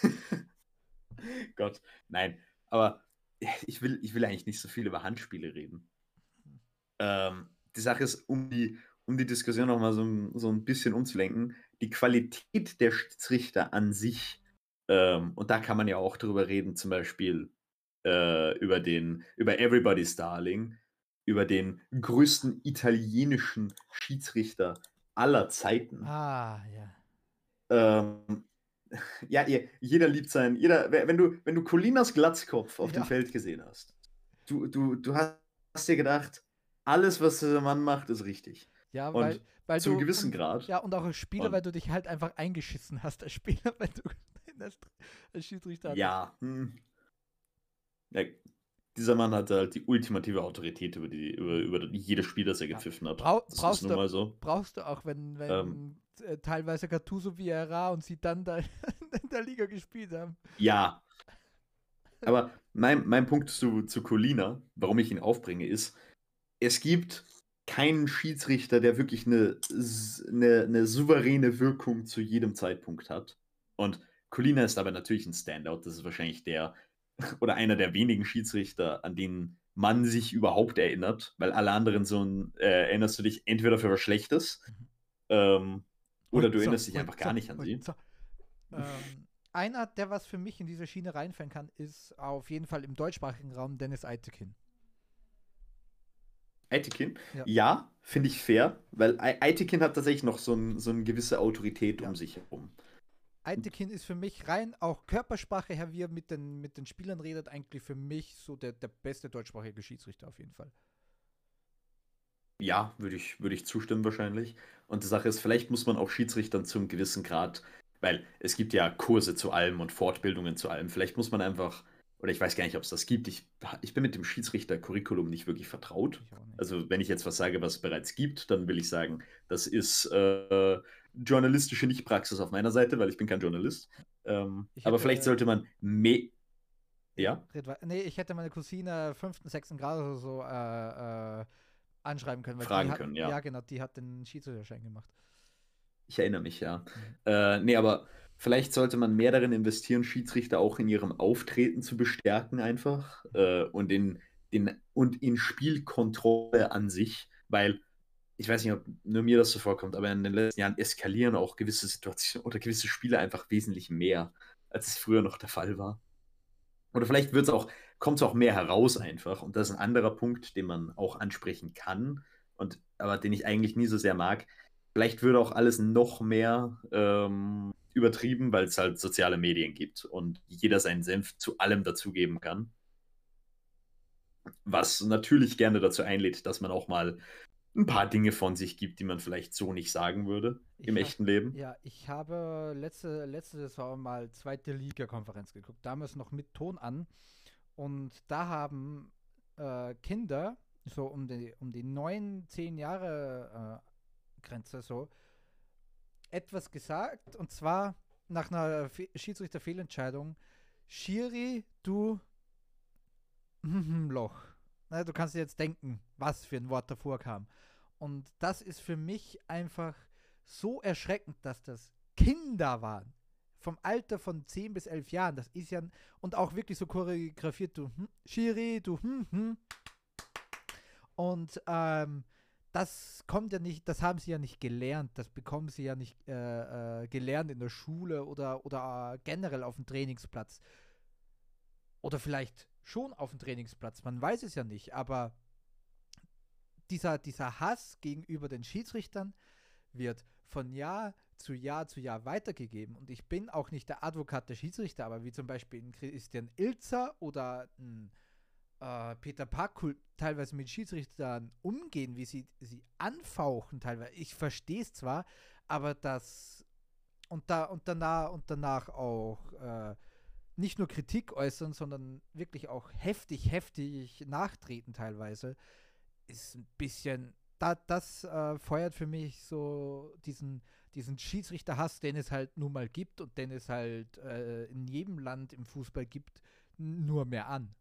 Gott, nein. Aber ich will eigentlich nicht so viel über Handspiele reden. Die Sache ist, um die Diskussion nochmal so ein bisschen umzulenken, die Qualität der Schiedsrichter an sich, und da kann man ja auch drüber reden, zum Beispiel über Everybody's Darling, über den größten italienischen Schiedsrichter aller Zeiten. Ah, ja. Ähm, ja, jeder liebt wenn du Colinas Glatzkopf auf dem Ja, Feld gesehen hast, du hast dir gedacht, alles, was dieser Mann macht, ist richtig. ja, Und weil zum du, gewissen Grad, ja, und auch als Spieler, weil und du dich halt einfach eingeschissen hast als Spieler, wenn du als Schiedsrichter hattest. ja, ja, dieser Mann hatte halt die ultimative Autorität über jedes Spiel, das er Ja. gepfiffen hat. Brau Das ist nun mal so. brauchst du auch, Ähm, teilweise Gattuso Vieira und sie dann da in der Liga gespielt haben. ja, Aber mein Punkt zu Colina, warum ich ihn aufbringe, ist, es gibt keinen Schiedsrichter, der wirklich eine souveräne Wirkung zu jedem Zeitpunkt hat. Und Colina ist aber natürlich ein Standout. Das ist wahrscheinlich der oder einer der wenigen Schiedsrichter, an denen man sich überhaupt erinnert, weil alle anderen erinnerst du dich entweder für was Schlechtes ähm, oder du Holzer, erinnerst dich einfach gar Holzer, nicht an sie. Holzer. Einer, der was für mich in diese Schiene reinfallen kann, ist auf jeden Fall im deutschsprachigen Raum Dennis Eitekin. Aitekin, Ja, ja, finde ich fair, weil Aitekin hat tatsächlich noch so eine gewisse Autorität ja. um sich herum. Eitekin ist für mich rein auch Körpersprache her, wie er mit den Spielern redet, eigentlich für mich so der beste deutschsprachige Schiedsrichter auf jeden Fall. Ja, würde ich zustimmen wahrscheinlich. Und die Sache ist, vielleicht muss man auch Schiedsrichtern zum gewissen Grad, weil es gibt ja Kurse zu allem und Fortbildungen zu allem. Vielleicht muss man einfach, oder ich weiß gar nicht, ob es das gibt. Ich bin mit dem Schiedsrichter-Curriculum nicht wirklich vertraut. Ich auch nicht. Also wenn ich jetzt was sage, was es bereits gibt, dann will ich sagen, das ist journalistische Nichtpraxis auf meiner Seite, weil ich bin kein Journalist. Ich Aber vielleicht hätte, sollte man mehr, ja, ja, nee, ich hätte meine Cousine 5., 6. Grad oder so anschreiben können, weil die fragen hat, können, ja ja. genau, die hat den Schiedsrichterschein gemacht. Ich erinnere mich, ja. Mhm. Nee, aber vielleicht sollte man mehr darin investieren, Schiedsrichter auch in ihrem Auftreten zu bestärken, einfach. Und in Spielkontrolle an sich, weil ich weiß nicht, ob nur mir das so vorkommt, aber in den letzten Jahren eskalieren auch gewisse Situationen oder gewisse Spiele einfach wesentlich mehr, als es früher noch der Fall war. Oder vielleicht kommt es auch mehr heraus einfach. Und das ist ein anderer Punkt, den man auch ansprechen kann, aber den ich eigentlich nie so sehr mag. Vielleicht würde auch alles noch mehr übertrieben, weil es halt soziale Medien gibt und jeder seinen Senf zu allem dazugeben kann. Was natürlich gerne dazu einlädt, dass man auch mal ein paar Dinge von sich gibt, die man vielleicht so nicht sagen würde im Ich habe echten Leben. ja, ich habe letzte Saison mal zweite Liga-Konferenz geguckt, damals noch mit Ton an. Und da haben Kinder, so um die 9, 10 Jahre Grenze, so etwas gesagt. Und zwar nach einer Schiedsrichterfehlentscheidung: Schiri, du Loch. Na, du kannst dir jetzt denken, was für ein Wort davor kam. Und das ist für mich einfach so erschreckend, dass das Kinder waren. Vom Alter von 10 bis 11 Jahren. Das ist ja. Und auch wirklich so choreografiert, du Schiri, du Und das kommt ja nicht, das haben sie ja nicht gelernt. Das bekommen sie ja nicht gelernt in der Schule oder generell auf dem Trainingsplatz. Oder vielleicht schon auf dem Trainingsplatz, man weiß es ja nicht, aber dieser Hass gegenüber den Schiedsrichtern wird von Jahr zu Jahr zu Jahr weitergegeben. Und ich bin auch nicht der Advokat der Schiedsrichter, aber wie zum Beispiel ein Christian Ilzer oder ein Peter Parkul teilweise mit Schiedsrichtern umgehen, wie sie anfauchen teilweise. Ich verstehe es zwar, aber das und danach auch nicht nur Kritik äußern, sondern wirklich auch heftig, heftig nachtreten teilweise, ist ein bisschen, das feuert für mich so diesen Schiedsrichterhass, den es halt nun mal gibt und den es halt in jedem Land im Fußball gibt, nur mehr an.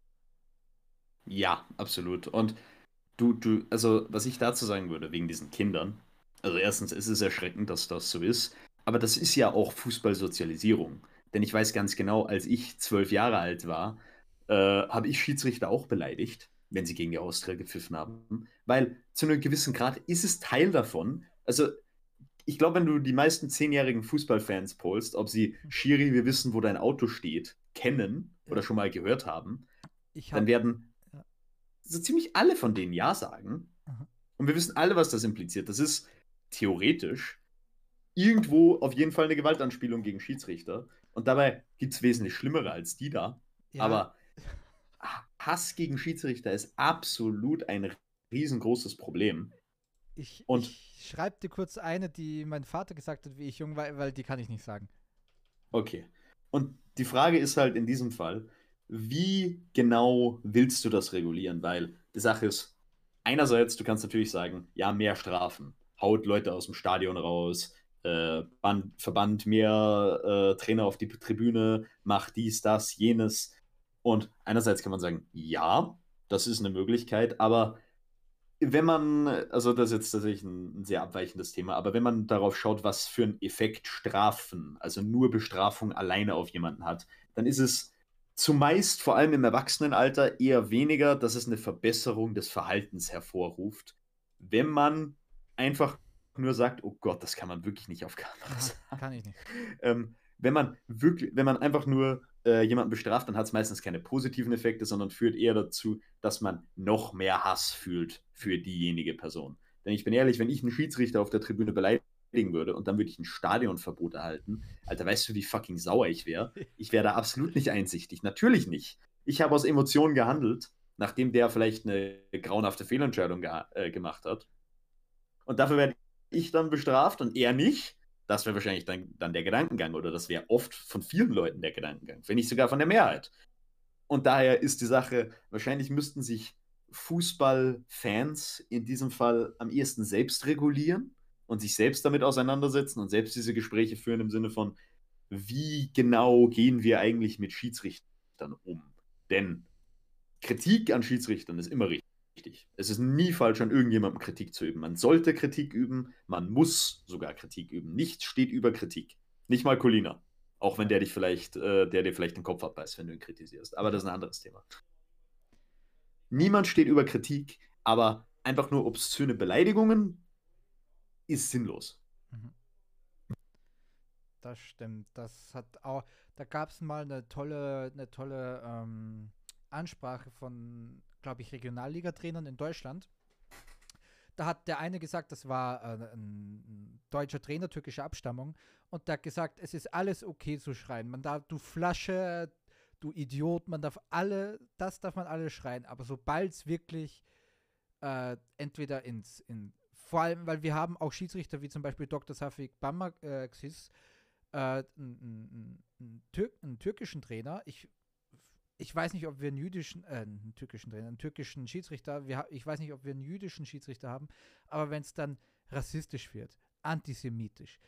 Ja, absolut. Und also was ich dazu sagen würde, wegen diesen Kindern, also erstens ist es erschreckend, dass das so ist, aber das ist ja auch Fußballsozialisierung. Denn ich weiß ganz genau, als ich 12 Jahre alt war, habe ich Schiedsrichter auch beleidigt, wenn sie gegen die Austria gepfiffen haben, weil zu einem gewissen Grad ist es Teil davon. Also ich glaube, wenn du die meisten 10-jährigen Fußballfans pollst, ob sie Schiri, wir wissen, wo dein Auto steht, kennen Ja, oder schon mal gehört haben, ich dann habe werden ja, so ziemlich alle von denen Ja sagen. aha. Und wir wissen alle, was das impliziert. Das ist theoretisch irgendwo auf jeden Fall eine Gewaltanspielung gegen Schiedsrichter. Und dabei gibt es wesentlich schlimmere als die da. Ja, Aber Hass gegen Schiedsrichter ist absolut ein riesengroßes Problem. Und ich schreibe dir kurz eine, die mein Vater gesagt hat, wie ich jung war, weil die kann ich nicht sagen. okay. Und die Frage ist halt in diesem Fall, wie genau willst du das regulieren? Weil die Sache ist, einerseits, du kannst natürlich sagen, ja, mehr Strafen, haut Leute aus dem Stadion raus, verbannt mehr Trainer auf die Tribüne, macht dies, das, jenes. Und einerseits kann man sagen, ja, das ist eine Möglichkeit, aber wenn man, also das ist jetzt tatsächlich ein sehr abweichendes Thema, aber wenn man darauf schaut, was für einen Effekt Strafen, also nur Bestrafung alleine auf jemanden hat, dann ist es zumeist, vor allem im Erwachsenenalter, eher weniger, dass es eine Verbesserung des Verhaltens hervorruft, wenn man einfach nur sagt, oh Gott, das kann man wirklich nicht auf Kamera sagen. Kann ich nicht. Wenn man einfach nur jemanden bestraft, dann hat es meistens keine positiven Effekte, sondern führt eher dazu, dass man noch mehr Hass fühlt für diejenige Person. Denn ich bin ehrlich, wenn ich einen Schiedsrichter auf der Tribüne beleidigen würde und dann würde ich ein Stadionverbot erhalten, Alter, weißt du, wie fucking sauer ich wäre? Ich wäre da absolut nicht einsichtig. Natürlich nicht. Ich habe aus Emotionen gehandelt, nachdem der vielleicht eine grauenhafte Fehlentscheidung gemacht hat. Und dafür werde ich dann bestraft und er nicht. Das wäre wahrscheinlich dann der Gedankengang oder das wäre oft von vielen Leuten der Gedankengang, wenn nicht sogar von der Mehrheit. Und daher ist die Sache, wahrscheinlich müssten sich Fußballfans in diesem Fall am ehesten selbst regulieren und sich selbst damit auseinandersetzen und selbst diese Gespräche führen im Sinne von, wie genau gehen wir eigentlich mit Schiedsrichtern um? Denn Kritik an Schiedsrichtern ist immer richtig. Es ist nie falsch, an irgendjemandem Kritik zu üben. Man sollte Kritik üben, man muss sogar Kritik üben. Nichts steht über Kritik. Nicht mal Colina. Auch wenn der dir vielleicht den Kopf abbeißt, wenn du ihn kritisierst. Aber das ist ein anderes Thema. Niemand steht über Kritik, aber einfach nur obszöne Beleidigungen ist sinnlos. Das stimmt. Da gab es mal eine tolle Ansprache von, glaube ich, Regionalliga-Trainern in Deutschland. Da hat der eine gesagt, das war ein deutscher Trainer türkischer Abstammung, und der hat gesagt, es ist alles okay zu schreien. Man darf, du Flasche, du Idiot, das darf man alles schreien, aber sobald es wirklich entweder vor allem, weil wir haben auch Schiedsrichter wie zum Beispiel Dr. Safik Bamaxis, einen türkischen Trainer. Ich weiß nicht, ob wir einen türkischen Schiedsrichter, ich weiß nicht, ob wir einen jüdischen Schiedsrichter haben, aber wenn es dann rassistisch wird, antisemitisch,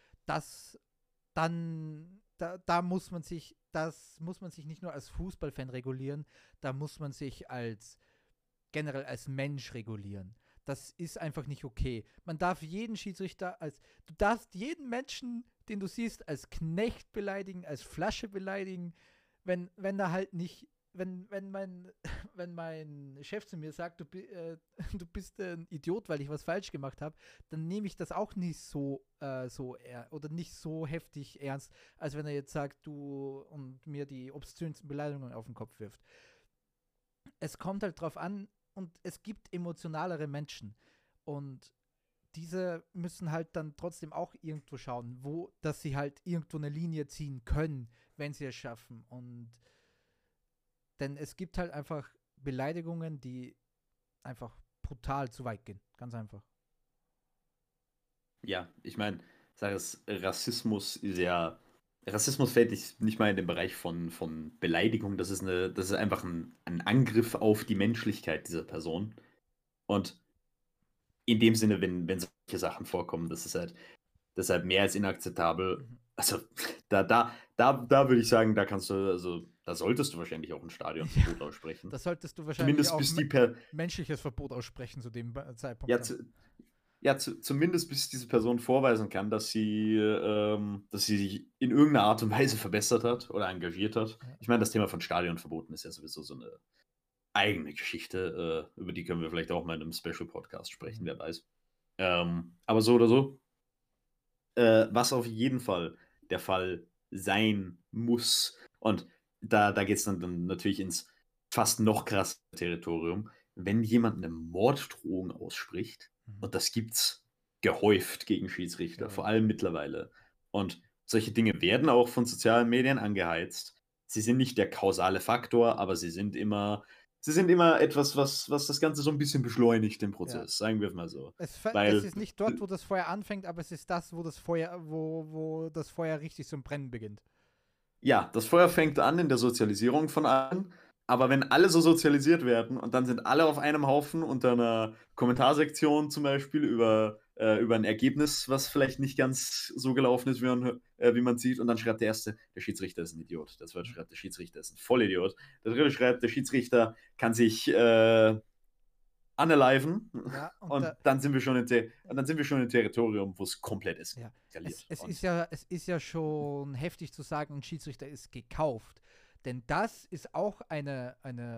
da muss man sich nicht nur als Fußballfan regulieren, da muss man sich generell als Mensch regulieren. Das ist einfach nicht okay. Man darf jeden Schiedsrichter du darfst jeden Menschen, den du siehst, als Knecht beleidigen, als Flasche beleidigen, wenn er halt nicht, wenn mein Chef zu mir sagt, du bist ein Idiot, weil ich was falsch gemacht habe, dann nehme ich das auch nicht oder nicht so heftig ernst, als wenn er jetzt sagt, und mir die obszönsten Beleidigungen auf den Kopf wirft. Es kommt halt drauf an, und es gibt emotionalere Menschen. Und diese müssen halt dann trotzdem auch irgendwo schauen, dass sie halt irgendwo eine Linie ziehen können, wenn sie es schaffen. Denn es gibt halt einfach Beleidigungen, die einfach brutal zu weit gehen. Ganz einfach. Ja, ich meine, Rassismus fällt nicht mal in den Bereich von Beleidigung. Das ist einfach ein Angriff auf die Menschlichkeit dieser Person. Und in dem Sinne, wenn solche Sachen vorkommen, das ist halt deshalb mehr als inakzeptabel. Also, da würde ich sagen, da solltest du wahrscheinlich auch ein Stadionverbot aussprechen. Da solltest du wahrscheinlich Zumindest auch menschliches Verbot aussprechen zu dem Zeitpunkt. Zumindest bis diese Person vorweisen kann, dass sie sich in irgendeiner Art und Weise verbessert hat oder engagiert hat. Ja. Ich meine, das Thema von Stadionverboten ist ja sowieso so eine eigene Geschichte. Über die können wir vielleicht auch mal in einem Special-Podcast sprechen, wer weiß. Aber so oder so, was auf jeden Fall der Fall sein muss, und da geht es dann natürlich ins fast noch krasse Territorium, wenn jemand eine Morddrohung ausspricht, und das gibt's gehäuft gegen Schiedsrichter, vor allem mittlerweile. Und solche Dinge werden auch von sozialen Medien angeheizt. Sie sind nicht der kausale Faktor, aber sie sind immer etwas, was das Ganze so ein bisschen beschleunigt, den Prozess, sagen wir es mal so. Es ist nicht dort, wo das Feuer anfängt, aber es ist das, wo das Feuer richtig zum Brennen beginnt. Ja, das Feuer fängt an in der Sozialisierung von allen, aber wenn alle so sozialisiert werden und dann sind alle auf einem Haufen unter einer Kommentarsektion zum Beispiel über über ein Ergebnis, was vielleicht nicht ganz so gelaufen ist, wie man sieht. Und dann schreibt der Erste, der Schiedsrichter ist ein Idiot. Der Zweite schreibt, der Schiedsrichter ist ein Vollidiot. Der Dritte schreibt, der Schiedsrichter kann sich unaliven. Ja, Und dann sind wir schon im Territorium, wo es komplett ja, eskaliert. es ist ja schon heftig zu sagen, ein Schiedsrichter ist gekauft. Denn das ist auch eine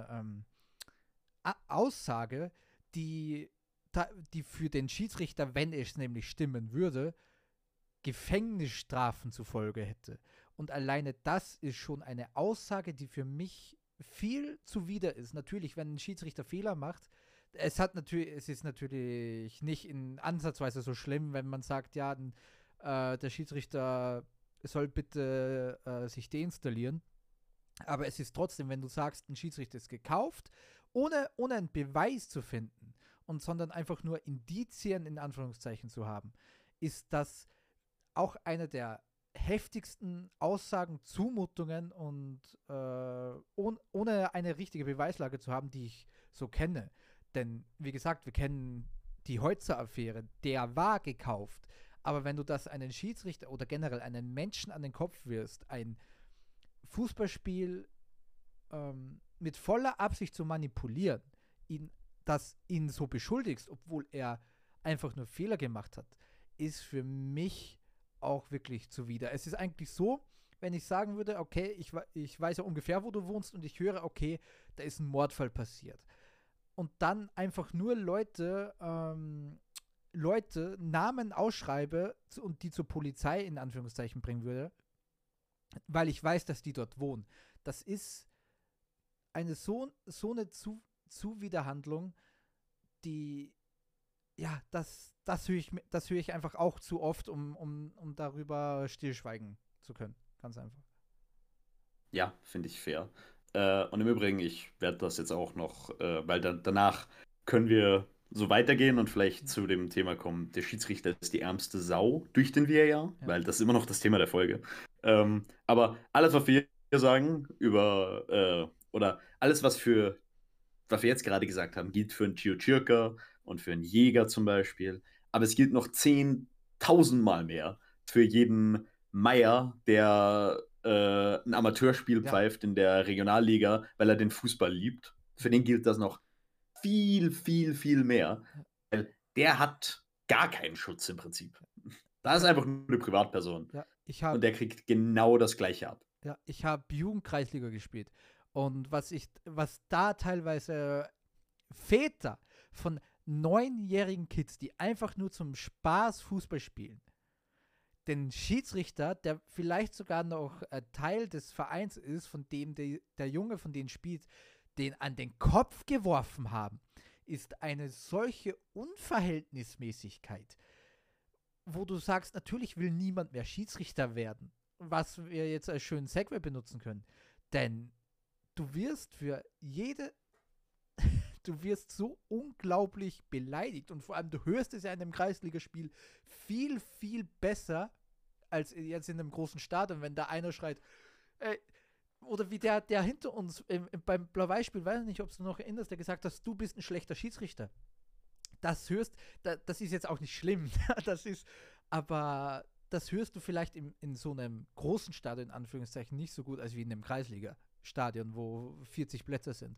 Aussage, die für den Schiedsrichter, wenn es nämlich stimmen würde, Gefängnisstrafen zur Folge hätte. Und alleine das ist schon eine Aussage, die für mich viel zuwider ist. Natürlich, wenn ein Schiedsrichter Fehler macht, es ist natürlich nicht in ansatzweise so schlimm, wenn man sagt, ja, der Schiedsrichter soll bitte sich deinstallieren. Aber es ist trotzdem, wenn du sagst, ein Schiedsrichter ist gekauft, ohne einen Beweis zu finden sondern einfach nur Indizien in Anführungszeichen zu haben, ist das auch eine der heftigsten Aussagen, Zumutungen und ohne eine richtige Beweislage zu haben, die ich so kenne. Denn, wie gesagt, wir kennen die Holzer-Affäre, der war gekauft. Aber wenn du das einen Schiedsrichter oder generell einen Menschen an den Kopf wirst, ein Fußballspiel mit voller Absicht zu manipulieren, ihn so beschuldigst, obwohl er einfach nur Fehler gemacht hat, ist für mich auch wirklich zuwider. Es ist eigentlich so, wenn ich sagen würde, okay, ich weiß ja ungefähr, wo du wohnst und ich höre, okay, da ist ein Mordfall passiert. Und dann einfach nur Leute Namen ausschreibe und die zur Polizei in Anführungszeichen bringen würde, weil ich weiß, dass die dort wohnen. Das ist eine so eine Zuwiderhandlung, die, ja, das höre ich einfach auch zu oft, um darüber stillschweigen zu können. Ganz einfach. Ja, finde ich fair. Und im Übrigen, ich werde das jetzt auch noch, weil danach können wir so weitergehen und vielleicht zu dem Thema kommen, der Schiedsrichter ist die ärmste Sau durch den VAR, Ja. weil das ist immer noch das Thema der Folge. Aber alles, was wir hier sagen oder alles, was wir jetzt gerade gesagt haben, gilt für einen Gio Chirka und für einen Jäger zum Beispiel. Aber es gilt noch 10.000 Mal mehr für jeden Meier, der ein Amateurspiel pfeift in der Regionalliga, weil er den Fußball liebt. Für den gilt das noch viel, viel, viel mehr. Weil der hat gar keinen Schutz im Prinzip. Da ist einfach nur eine Privatperson. Ja, und der kriegt genau das Gleiche ab. Ja, ich habe Jugendkreisliga gespielt. Und was da teilweise Väter von 9-jährigen Kids, die einfach nur zum Spaß Fußball spielen, den Schiedsrichter, der vielleicht sogar noch Teil des Vereins ist, von dem der Junge von denen spielt, den an den Kopf geworfen haben, ist eine solche Unverhältnismäßigkeit, wo du sagst, natürlich will niemand mehr Schiedsrichter werden, was wir jetzt als schönen Segway benutzen können. Denn du wirst du wirst so unglaublich beleidigt und vor allem du hörst es ja in einem Kreisligaspiel viel, viel besser als jetzt in einem großen Stadion, wenn da einer schreit, oder wie der hinter uns beim Blau-Weiß-Spiel, weiß nicht, ob du noch erinnerst, der gesagt hat, du bist ein schlechter Schiedsrichter. Das das ist jetzt auch nicht schlimm, aber das hörst du vielleicht in so einem großen Stadion, in Anführungszeichen, nicht so gut, als wie in einem Kreisliga-Stadion, wo 40 Plätze sind.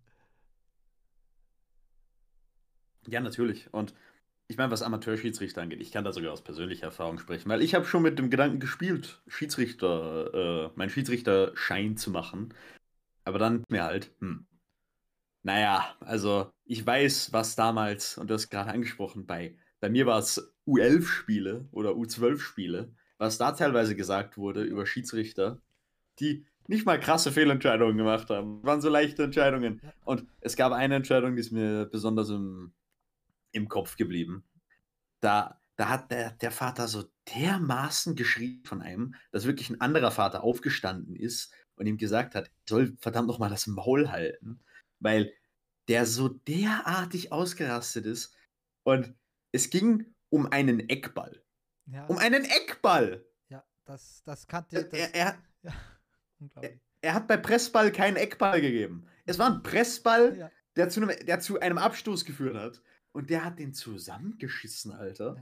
Ja, natürlich. Und ich meine, was Amateurschiedsrichter angeht, ich kann da sogar aus persönlicher Erfahrung sprechen, weil ich habe schon mit dem Gedanken gespielt, meinen Schiedsrichterschein zu machen. Aber dann mir halt, naja, also ich weiß, was damals, und du hast gerade angesprochen, bei mir war es U11-Spiele oder U12-Spiele, was da teilweise gesagt wurde über Schiedsrichter, die nicht mal krasse Fehlentscheidungen gemacht haben. Waren so leichte Entscheidungen. Ja. Und es gab eine Entscheidung, die ist mir besonders im Kopf geblieben. Da hat der Vater so dermaßen geschrien von einem, dass wirklich ein anderer Vater aufgestanden ist und ihm gesagt hat, ich soll verdammt nochmal das Maul halten, weil der so derartig ausgerastet ist. Und es ging um einen Eckball. Ja. Um einen Eckball! Ja, das kannte unglaublich. Er hat bei Pressball keinen Eckball gegeben. Es war ein Pressball, der zu einem Abstoß geführt hat. Und der hat den zusammengeschissen, Alter. Ja.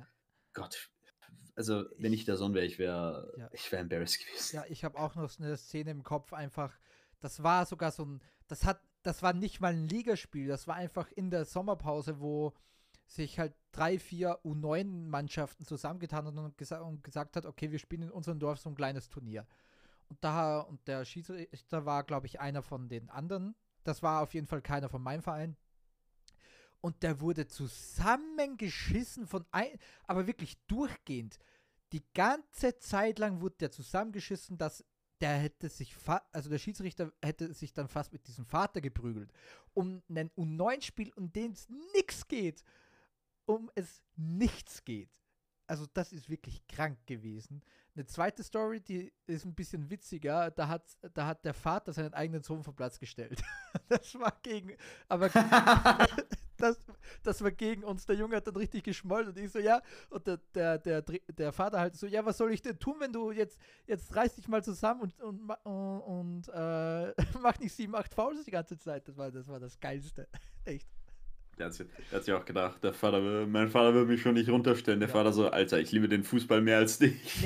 Gott, also wenn ich der Son wäre, Ja, ich wäre embarrassed gewesen. ja, ich habe auch noch so eine Szene im Kopf einfach, das war sogar so ein, das war nicht mal ein Ligaspiel, das war einfach in der Sommerpause, wo sich halt 3, 4 U9-Mannschaften zusammengetan haben und gesagt hat, okay, wir spielen in unserem Dorf so ein kleines Turnier. Und der Schiedsrichter war, glaube ich, einer von den anderen. Das war auf jeden Fall keiner von meinem Verein. Und der wurde zusammengeschissen aber wirklich durchgehend. Die ganze Zeit lang wurde der zusammengeschissen, dass der hätte sich, also der Schiedsrichter hätte sich dann fast mit diesem Vater geprügelt. Um einen U9-Spiel, um den es nichts geht. Um es nichts geht. Also das ist wirklich krank gewesen. Eine zweite Story, die ist ein bisschen witziger. Da hat der Vater seinen eigenen Sohn vom Platz gestellt. Das war aber das, das war gegen uns. Der Junge hat dann richtig geschmollen und ich so, ja. Und der Vater halt so, ja, was soll ich denn tun, wenn du jetzt reiß dich mal zusammen und mach nicht 7, 8 Fouls die ganze Zeit. Das war das Geilste. Echt. Der hat sich auch gedacht, mein Vater will mich schon nicht runterstellen. Der Vater so, Alter, ich liebe den Fußball mehr als dich.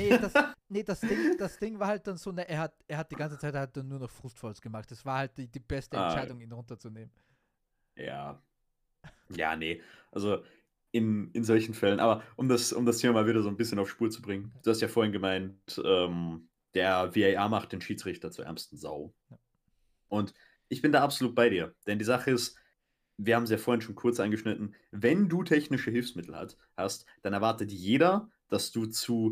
Das Ding war halt dann so, er hat die ganze Zeit halt dann nur noch Frustfouls gemacht. Das war halt die beste Entscheidung, ihn runterzunehmen. Ja. Ja, nee. Also in solchen Fällen, aber um das Thema mal wieder so ein bisschen auf Spur zu bringen, du hast ja vorhin gemeint, der VAR macht den Schiedsrichter zur ärmsten Sau. Ja. Und ich bin da absolut bei dir. Denn die Sache ist, wir haben es ja vorhin schon kurz angeschnitten, wenn du technische Hilfsmittel hast, dann erwartet jeder, dass du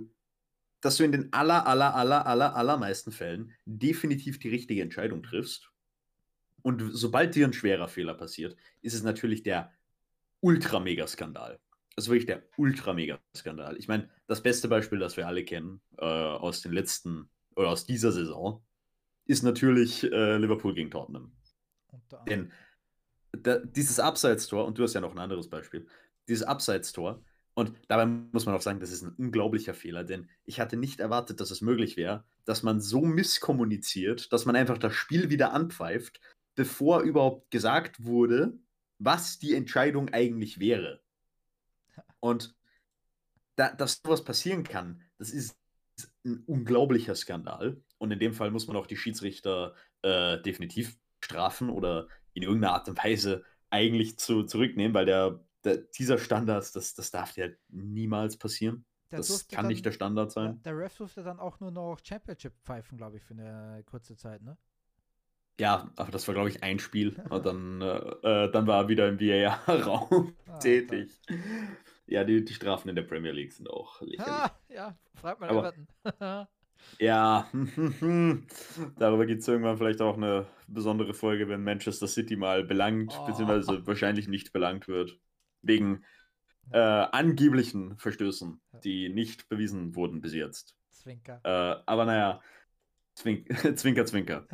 in den allermeisten Fällen definitiv die richtige Entscheidung triffst. Und sobald dir ein schwerer Fehler passiert, ist es natürlich der Ultra-Mega-Skandal. Das ist wirklich der Ultra-Mega-Skandal. Ich meine, das beste Beispiel, das wir alle kennen, aus dieser Saison, ist natürlich Liverpool gegen Tottenham. Denn dieses Abseits-Tor, und du hast ja noch ein anderes Beispiel, dieses Abseits-Tor, und dabei muss man auch sagen, das ist ein unglaublicher Fehler, denn ich hatte nicht erwartet, dass es möglich wäre, dass man so misskommuniziert, dass man einfach das Spiel wieder anpfeift, bevor überhaupt gesagt wurde, was die Entscheidung eigentlich wäre. Und dass sowas passieren kann, das ist ein unglaublicher Skandal. Und in dem Fall muss man auch die Schiedsrichter definitiv strafen oder in irgendeiner Art und Weise eigentlich zurücknehmen, weil dieser Standard, das darf dir halt niemals passieren. Das kann nicht der Standard sein. Der Ref durfte dann auch nur noch Championship pfeifen, glaube ich, für eine kurze Zeit, ne? Ja, aber das war, glaube ich, ein Spiel. Und dann war er wieder im VAR-Raum tätig. Ja, die Strafen in der Premier League sind auch lächerlich. Ja, fragt mal Everton. Ja, darüber gibt es irgendwann vielleicht auch eine besondere Folge, wenn Manchester City mal belangt, beziehungsweise wahrscheinlich nicht belangt wird. Wegen angeblichen Verstößen, die nicht bewiesen wurden bis jetzt. Zwinker. Aber naja, Zwinker, Zwinker.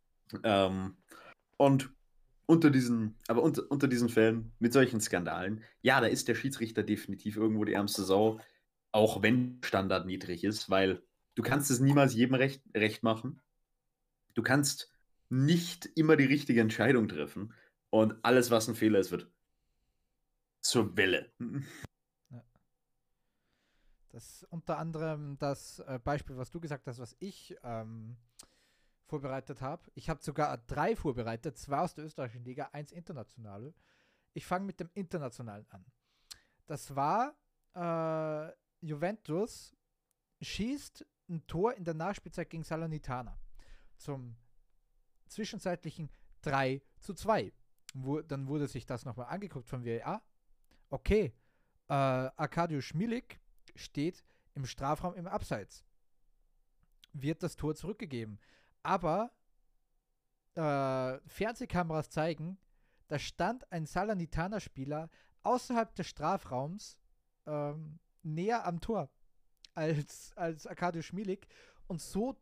Und unter diesen Fällen, mit solchen Skandalen, ja, da ist der Schiedsrichter definitiv irgendwo die ärmste Sau, auch wenn der Standard niedrig ist, weil du kannst es niemals jedem recht machen. Du kannst nicht immer die richtige Entscheidung treffen und alles, was ein Fehler ist, wird zur Welle. Ja. Das ist unter anderem das Beispiel, was du gesagt hast, was ich vorbereitet habe. Ich habe sogar 3 vorbereitet, 2 aus der österreichischen Liga, 1 internationale. Ich fange mit dem Internationalen an. Das war Juventus schießt ein Tor in der Nachspielzeit gegen Salernitana zum zwischenzeitlichen 3:2. Dann wurde sich das nochmal angeguckt von VAR. Okay, Arkadiusz Milik steht im Strafraum im Abseits. Wird das Tor zurückgegeben. Aber Fernsehkameras zeigen, da stand ein Salernitana-Spieler außerhalb des Strafraums näher am Tor als Arkadiusz Milik. Und so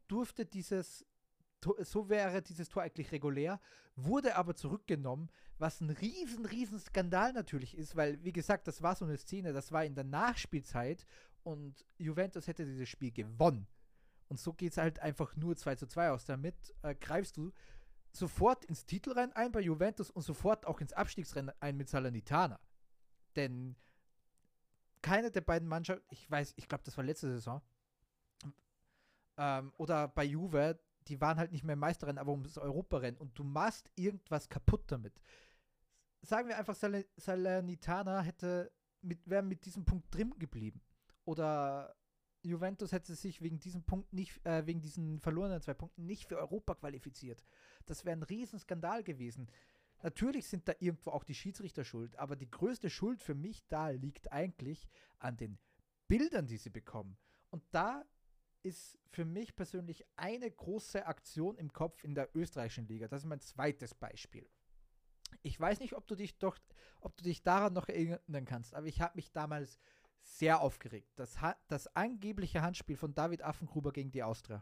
wäre dieses Tor eigentlich regulär, wurde aber zurückgenommen, was ein riesen Skandal natürlich ist, weil, wie gesagt, das war so eine Szene, das war in der Nachspielzeit und Juventus hätte dieses Spiel gewonnen. Und so geht es halt einfach nur 2:2 aus. Damit greifst du sofort ins Titelrennen ein bei Juventus und sofort auch ins Abstiegsrennen ein mit Salernitana. Denn keine der beiden Mannschaften, ich glaube, das war letzte Saison, oder bei Juve, die waren halt nicht mehr Meisterin, aber ums Europarennen und du machst irgendwas kaputt damit. Sagen wir einfach, Salernitana wäre mit diesem Punkt drin geblieben. Oder Juventus hätte sich wegen diesem Punkt nicht, wegen diesen verlorenen 2 Punkten nicht für Europa qualifiziert. Das wäre ein Riesenskandal gewesen. Natürlich sind da irgendwo auch die Schiedsrichter schuld, aber die größte Schuld für mich da liegt eigentlich an den Bildern, die sie bekommen. Und da ist für mich persönlich eine große Aktion im Kopf in der österreichischen Liga. Das ist mein zweites Beispiel. Ich weiß nicht, ob du dich daran noch erinnern kannst, aber ich habe mich damals sehr aufgeregt. Das angebliche Handspiel von David Affengruber gegen die Austria.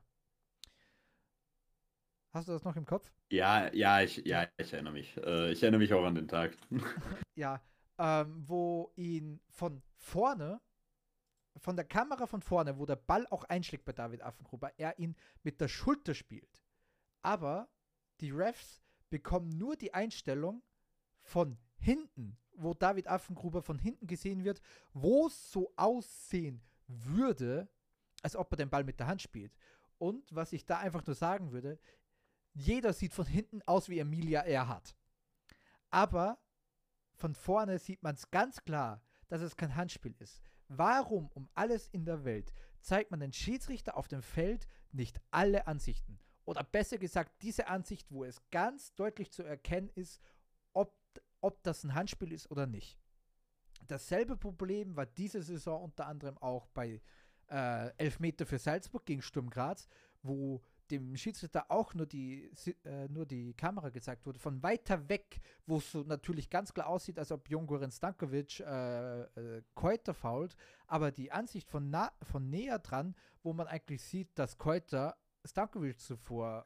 Hast du das noch im Kopf? Ich erinnere mich. Ich erinnere mich auch an den Tag. Ja, wo ihn von vorne, von der Kamera von vorne, wo der Ball auch einschlägt bei David Affengruber, er ihn mit der Schulter spielt. Aber die Refs bekommen nur die Einstellung von hinten, wo David Affengruber von hinten gesehen wird, wo es so aussehen würde, als ob er den Ball mit der Hand spielt. Und was ich da einfach nur sagen würde, jeder sieht von hinten aus wie Emilia Earhart. Aber von vorne sieht man es ganz klar, dass es kein Handspiel ist. Warum um alles in der Welt zeigt man den Schiedsrichter auf dem Feld nicht alle Ansichten? Oder besser gesagt, diese Ansicht, wo es ganz deutlich zu erkennen ist, ob das ein Handspiel ist oder nicht. Dasselbe Problem war diese Saison unter anderem auch bei Elfmeter für Salzburg gegen Sturm Graz, wo dem Schiedsrichter auch nur die Kamera gezeigt wurde, von weiter weg, wo es so natürlich ganz klar aussieht, als ob Jongoran Stankovic Keuter fault, aber die Ansicht von näher dran, wo man eigentlich sieht, dass Keuter Stankovic zuvor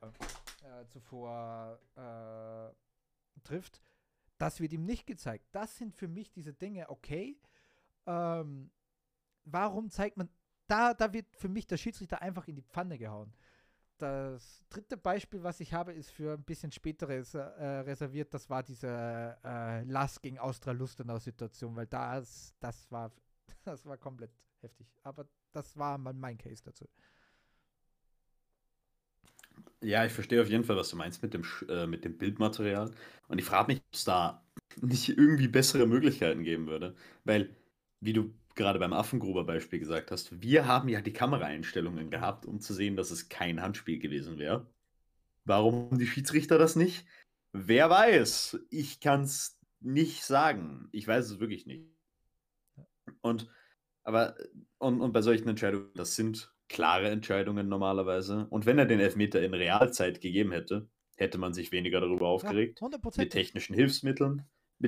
trifft, das wird ihm nicht gezeigt. Das sind für mich diese Dinge, okay, warum zeigt man, da wird für mich der Schiedsrichter einfach in die Pfanne gehauen. Das dritte Beispiel, was ich habe, ist für ein bisschen späteres reserviert. Das war diese Lass gegen Austria Lustenau Situation, weil das war komplett heftig. Aber das war mal mein Case dazu. Ja, ich verstehe auf jeden Fall, was du meinst mit dem Bildmaterial. Und ich frage mich, ob es da nicht irgendwie bessere Möglichkeiten geben würde. Weil, wie du gerade beim Affengruber-Beispiel gesagt hast, wir haben ja die Kameraeinstellungen gehabt, um zu sehen, dass es kein Handspiel gewesen wäre. Warum die Schiedsrichter das nicht? Wer weiß? Ich kann es nicht sagen. Ich weiß es wirklich nicht. Und bei solchen Entscheidungen, das sind klare Entscheidungen normalerweise. Und wenn er den Elfmeter in Realzeit gegeben hätte, hätte man sich weniger darüber aufgeregt. 100%. Mit technischen Hilfsmitteln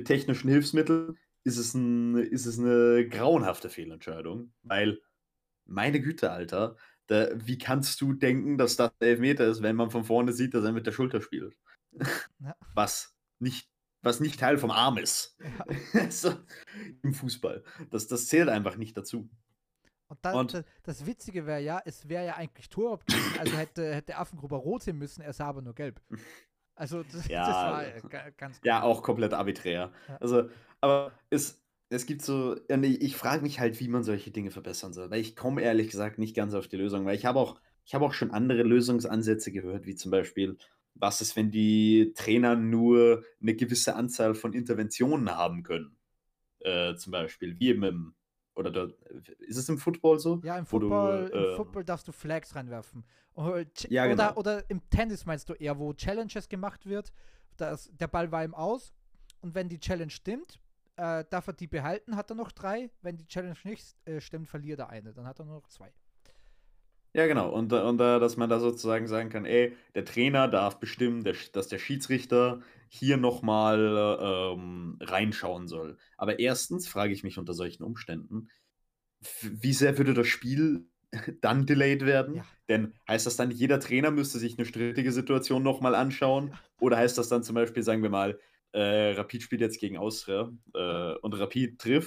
ist es eine grauenhafte Fehlentscheidung, weil, meine Güte, Alter, wie kannst du denken, dass das der Elfmeter ist, wenn man von vorne sieht, dass er mit der Schulter spielt? Ja. Was nicht Teil vom Arm ist. Ja. So, im Fußball. Das zählt einfach nicht dazu. Und das Witzige wäre ja, es wäre ja eigentlich Torwart gewesen, also hätte Affengruber rot sehen müssen, er sah aber nur gelb. Also das war ganz ja, auch komplett arbiträr. Ja. Also, aber es gibt so, ich frage mich halt, wie man solche Dinge verbessern soll, weil ich komme ehrlich gesagt nicht ganz auf die Lösung, weil ich habe auch schon andere Lösungsansätze gehört, wie zum Beispiel, was ist, wenn die Trainer nur eine gewisse Anzahl von Interventionen haben können? Zum Beispiel, wie ist es im Football so? Ja, im Football darfst du Flags reinwerfen. Ja, genau. Oder im Tennis meinst du eher, wo Challenges gemacht wird, der Ball war ihm aus und wenn die Challenge stimmt, darf er die behalten, hat er noch 3. Wenn die Challenge nicht stimmt, verliert er eine, dann hat er nur noch 2. Ja, genau. Und dass man da sozusagen sagen kann, ey, der Trainer darf bestimmen, dass der Schiedsrichter hier nochmal reinschauen soll. Aber erstens frage ich mich unter solchen Umständen, wie sehr würde das Spiel dann delayed werden? Ja. Denn heißt das dann, jeder Trainer müsste sich eine strittige Situation nochmal anschauen? Ja. Oder heißt das dann zum Beispiel, sagen wir mal, Rapid spielt jetzt gegen Austria und Rapid trifft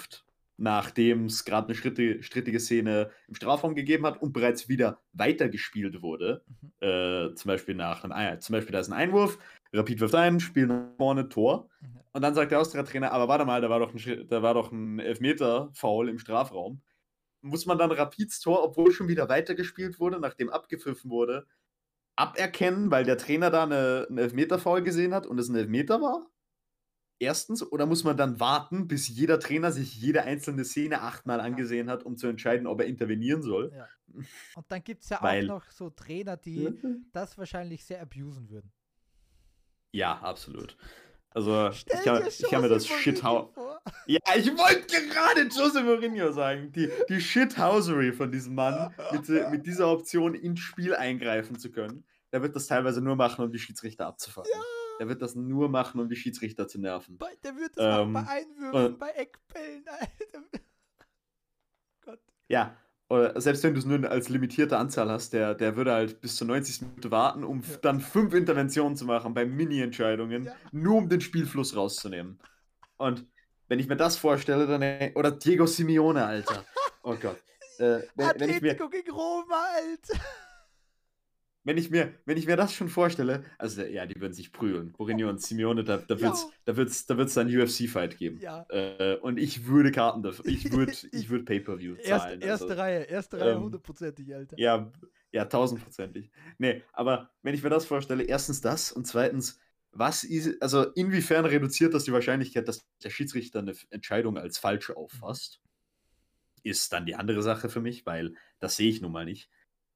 nachdem es gerade eine strittige Szene im Strafraum gegeben hat und bereits wieder weitergespielt wurde. Zum Beispiel zum Beispiel da ist ein Einwurf, Rapid wirft ein, Spiel nach vorne, Tor. Und dann sagt der Austria-Trainer, aber warte mal, da war doch ein Elfmeter-Foul im Strafraum. Muss man dann Rapids Tor, obwohl schon wieder weitergespielt wurde, nachdem abgepfiffen wurde, aberkennen, weil der Trainer da einen Elfmeter-Foul gesehen hat und es ein Elfmeter war? Erstens, oder muss man dann warten, bis jeder Trainer sich jede einzelne Szene 8-mal angesehen hat, um zu entscheiden, ob er intervenieren soll? Ja. Und dann gibt es ja auch Weil, noch so Trainer, die das wahrscheinlich sehr abusen würden. ja, absolut. Also, Stell dir ich kann mir Jose das Mourinho vor. Ja, ich wollte gerade Jose Mourinho sagen. Die Shithousery von diesem Mann, mit dieser Option ins Spiel eingreifen zu können. Der wird das teilweise nur machen, um die Schiedsrichter abzufacken. Ja, Der wird das nur machen, um die Schiedsrichter zu nerven. der wird das machen bei Einwürfen, und, bei Eckbällen. Alter. Gott. ja, oder selbst wenn du es nur als limitierte Anzahl hast, der würde halt bis zur 90. Minute warten, um dann 5 Interventionen zu machen bei Mini-Entscheidungen, nur um den Spielfluss rauszunehmen. Und wenn ich mir das vorstelle, dann. Oder Diego Simeone, Alter. Oh Gott. Atletico gegen Roma, Alter. Wenn ich mir das schon vorstelle, also ja, die würden sich prügeln. Mourinho und Simeone, da wird's einen UFC-Fight geben. Ja. Und ich würde Karten dafür. Ich würde Pay-Per-View zahlen. Erste Reihe, hundertprozentig, Alter. Ja, 1000%ig. Nee, aber wenn ich mir das vorstelle, erstens das und zweitens, also inwiefern reduziert das die Wahrscheinlichkeit, dass der Schiedsrichter eine Entscheidung als falsch auffasst, ist dann die andere Sache für mich, weil das sehe ich nun mal nicht.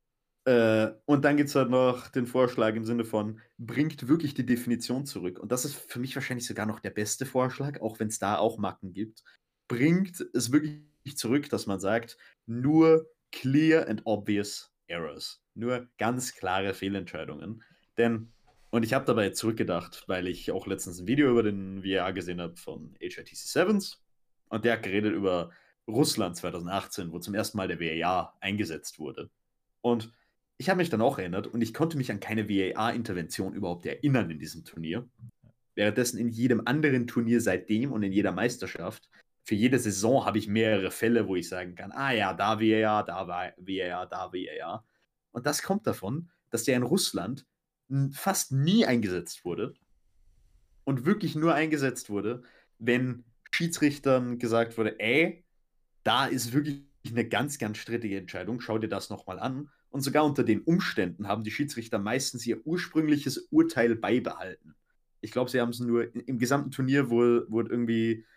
Und dann gibt es halt noch den Vorschlag im Sinne von, bringt wirklich die Definition zurück. Und das ist für mich wahrscheinlich sogar noch der beste Vorschlag, auch wenn es da auch Macken gibt. Bringt es wirklich zurück, dass man sagt, nur clear and obvious errors. Nur ganz klare Fehlentscheidungen. Und ich habe dabei zurückgedacht, weil ich auch letztens ein Video über den VAR gesehen habe von HITC Sevens. Und der hat geredet über Russland 2018, wo zum ersten Mal der VAR eingesetzt wurde. Und ich habe mich dann auch erinnert und ich konnte mich an keine VAR-Intervention überhaupt erinnern in diesem Turnier. Währenddessen in jedem anderen Turnier seitdem und in jeder Meisterschaft, für jede Saison habe ich mehrere Fälle, wo ich sagen kann, ja, da VAR, da VAR, da VAR. Und das kommt davon, dass der in Russland fast nie eingesetzt wurde und wirklich nur eingesetzt wurde, wenn Schiedsrichtern gesagt wurde, da ist wirklich eine ganz, ganz strittige Entscheidung, schau dir das nochmal an. Und sogar unter den Umständen haben die Schiedsrichter meistens ihr ursprüngliches Urteil beibehalten. Ich glaube, sie haben es nur im gesamten Turnier wurden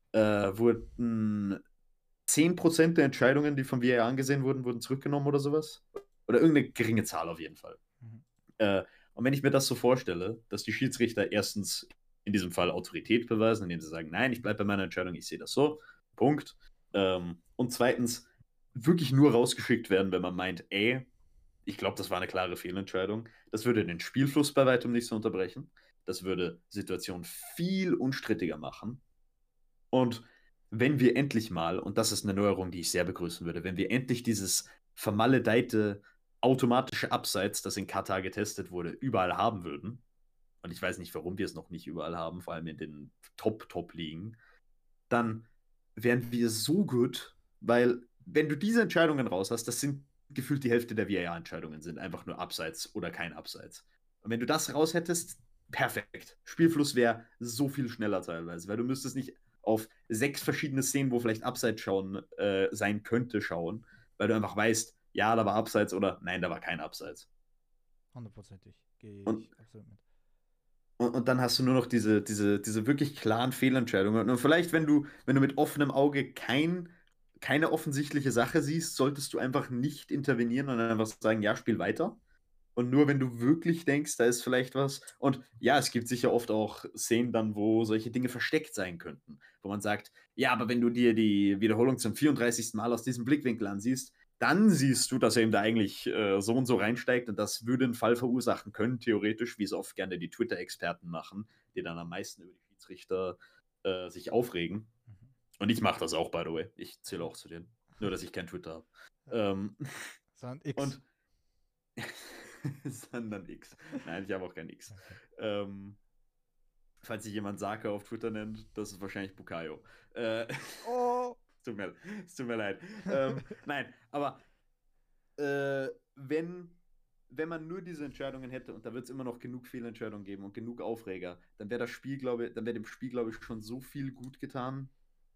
10% der Entscheidungen, die vom VAR angesehen wurden zurückgenommen oder sowas. Oder irgendeine geringe Zahl auf jeden Fall. Und wenn ich mir das so vorstelle, dass die Schiedsrichter erstens in diesem Fall Autorität beweisen, indem sie sagen, nein, ich bleibe bei meiner Entscheidung, ich sehe das so, Punkt. Und zweitens wirklich nur rausgeschickt werden, wenn man meint, ich glaube, das war eine klare Fehlentscheidung. Das würde den Spielfluss bei weitem nicht so unterbrechen. Das würde Situationen viel unstrittiger machen. Und wenn wir endlich mal, und das ist eine Neuerung, die ich sehr begrüßen würde, wenn wir endlich dieses vermaledeite automatische Abseits, das in Katar getestet wurde, überall haben würden, und ich weiß nicht, warum wir es noch nicht überall haben, vor allem in den Top-Ligen, dann wären wir so gut, weil wenn du diese Entscheidungen raus hast, das sind gefühlt die Hälfte der VAR-Entscheidungen sind einfach nur Abseits oder kein Abseits. Und wenn du das raus hättest, perfekt. Spielfluss wäre so viel schneller teilweise, weil du müsstest nicht auf 6 verschiedene Szenen, wo vielleicht Abseits sein könnte, schauen, weil du einfach weißt, ja, da war Abseits oder nein, da war kein Abseits. Hundertprozentig. Gehe ich absolut mit. Und dann hast du nur noch diese wirklich klaren Fehlentscheidungen. Und vielleicht, wenn du mit offenem Auge keine offensichtliche Sache siehst, solltest du einfach nicht intervenieren und einfach sagen, ja, spiel weiter. Und nur wenn du wirklich denkst, da ist vielleicht was. Und ja, es gibt sicher oft auch Szenen dann, wo solche Dinge versteckt sein könnten. Wo man sagt, ja, aber wenn du dir die Wiederholung zum 34. Mal aus diesem Blickwinkel ansiehst, dann siehst du, dass er ihm da eigentlich so und so reinsteigt und das würde einen Fall verursachen können, theoretisch, wie es oft gerne die Twitter-Experten machen, die dann am meisten über die Schiedsrichter sich aufregen. Und ich mache das auch, by the way. Ich zähle auch zu denen. Nur, dass ich kein Twitter habe. Sondern X. Sondern X. Nein, ich habe auch kein X. Okay. Falls sich jemand Sake auf Twitter nennt, das ist wahrscheinlich Bukayo. Es tut mir leid. Nein, aber wenn man nur diese Entscheidungen hätte und da wird es immer noch genug Fehlentscheidungen geben und genug Aufreger, dann wäre dann wäre dem Spiel, glaube ich, schon so viel gut getan,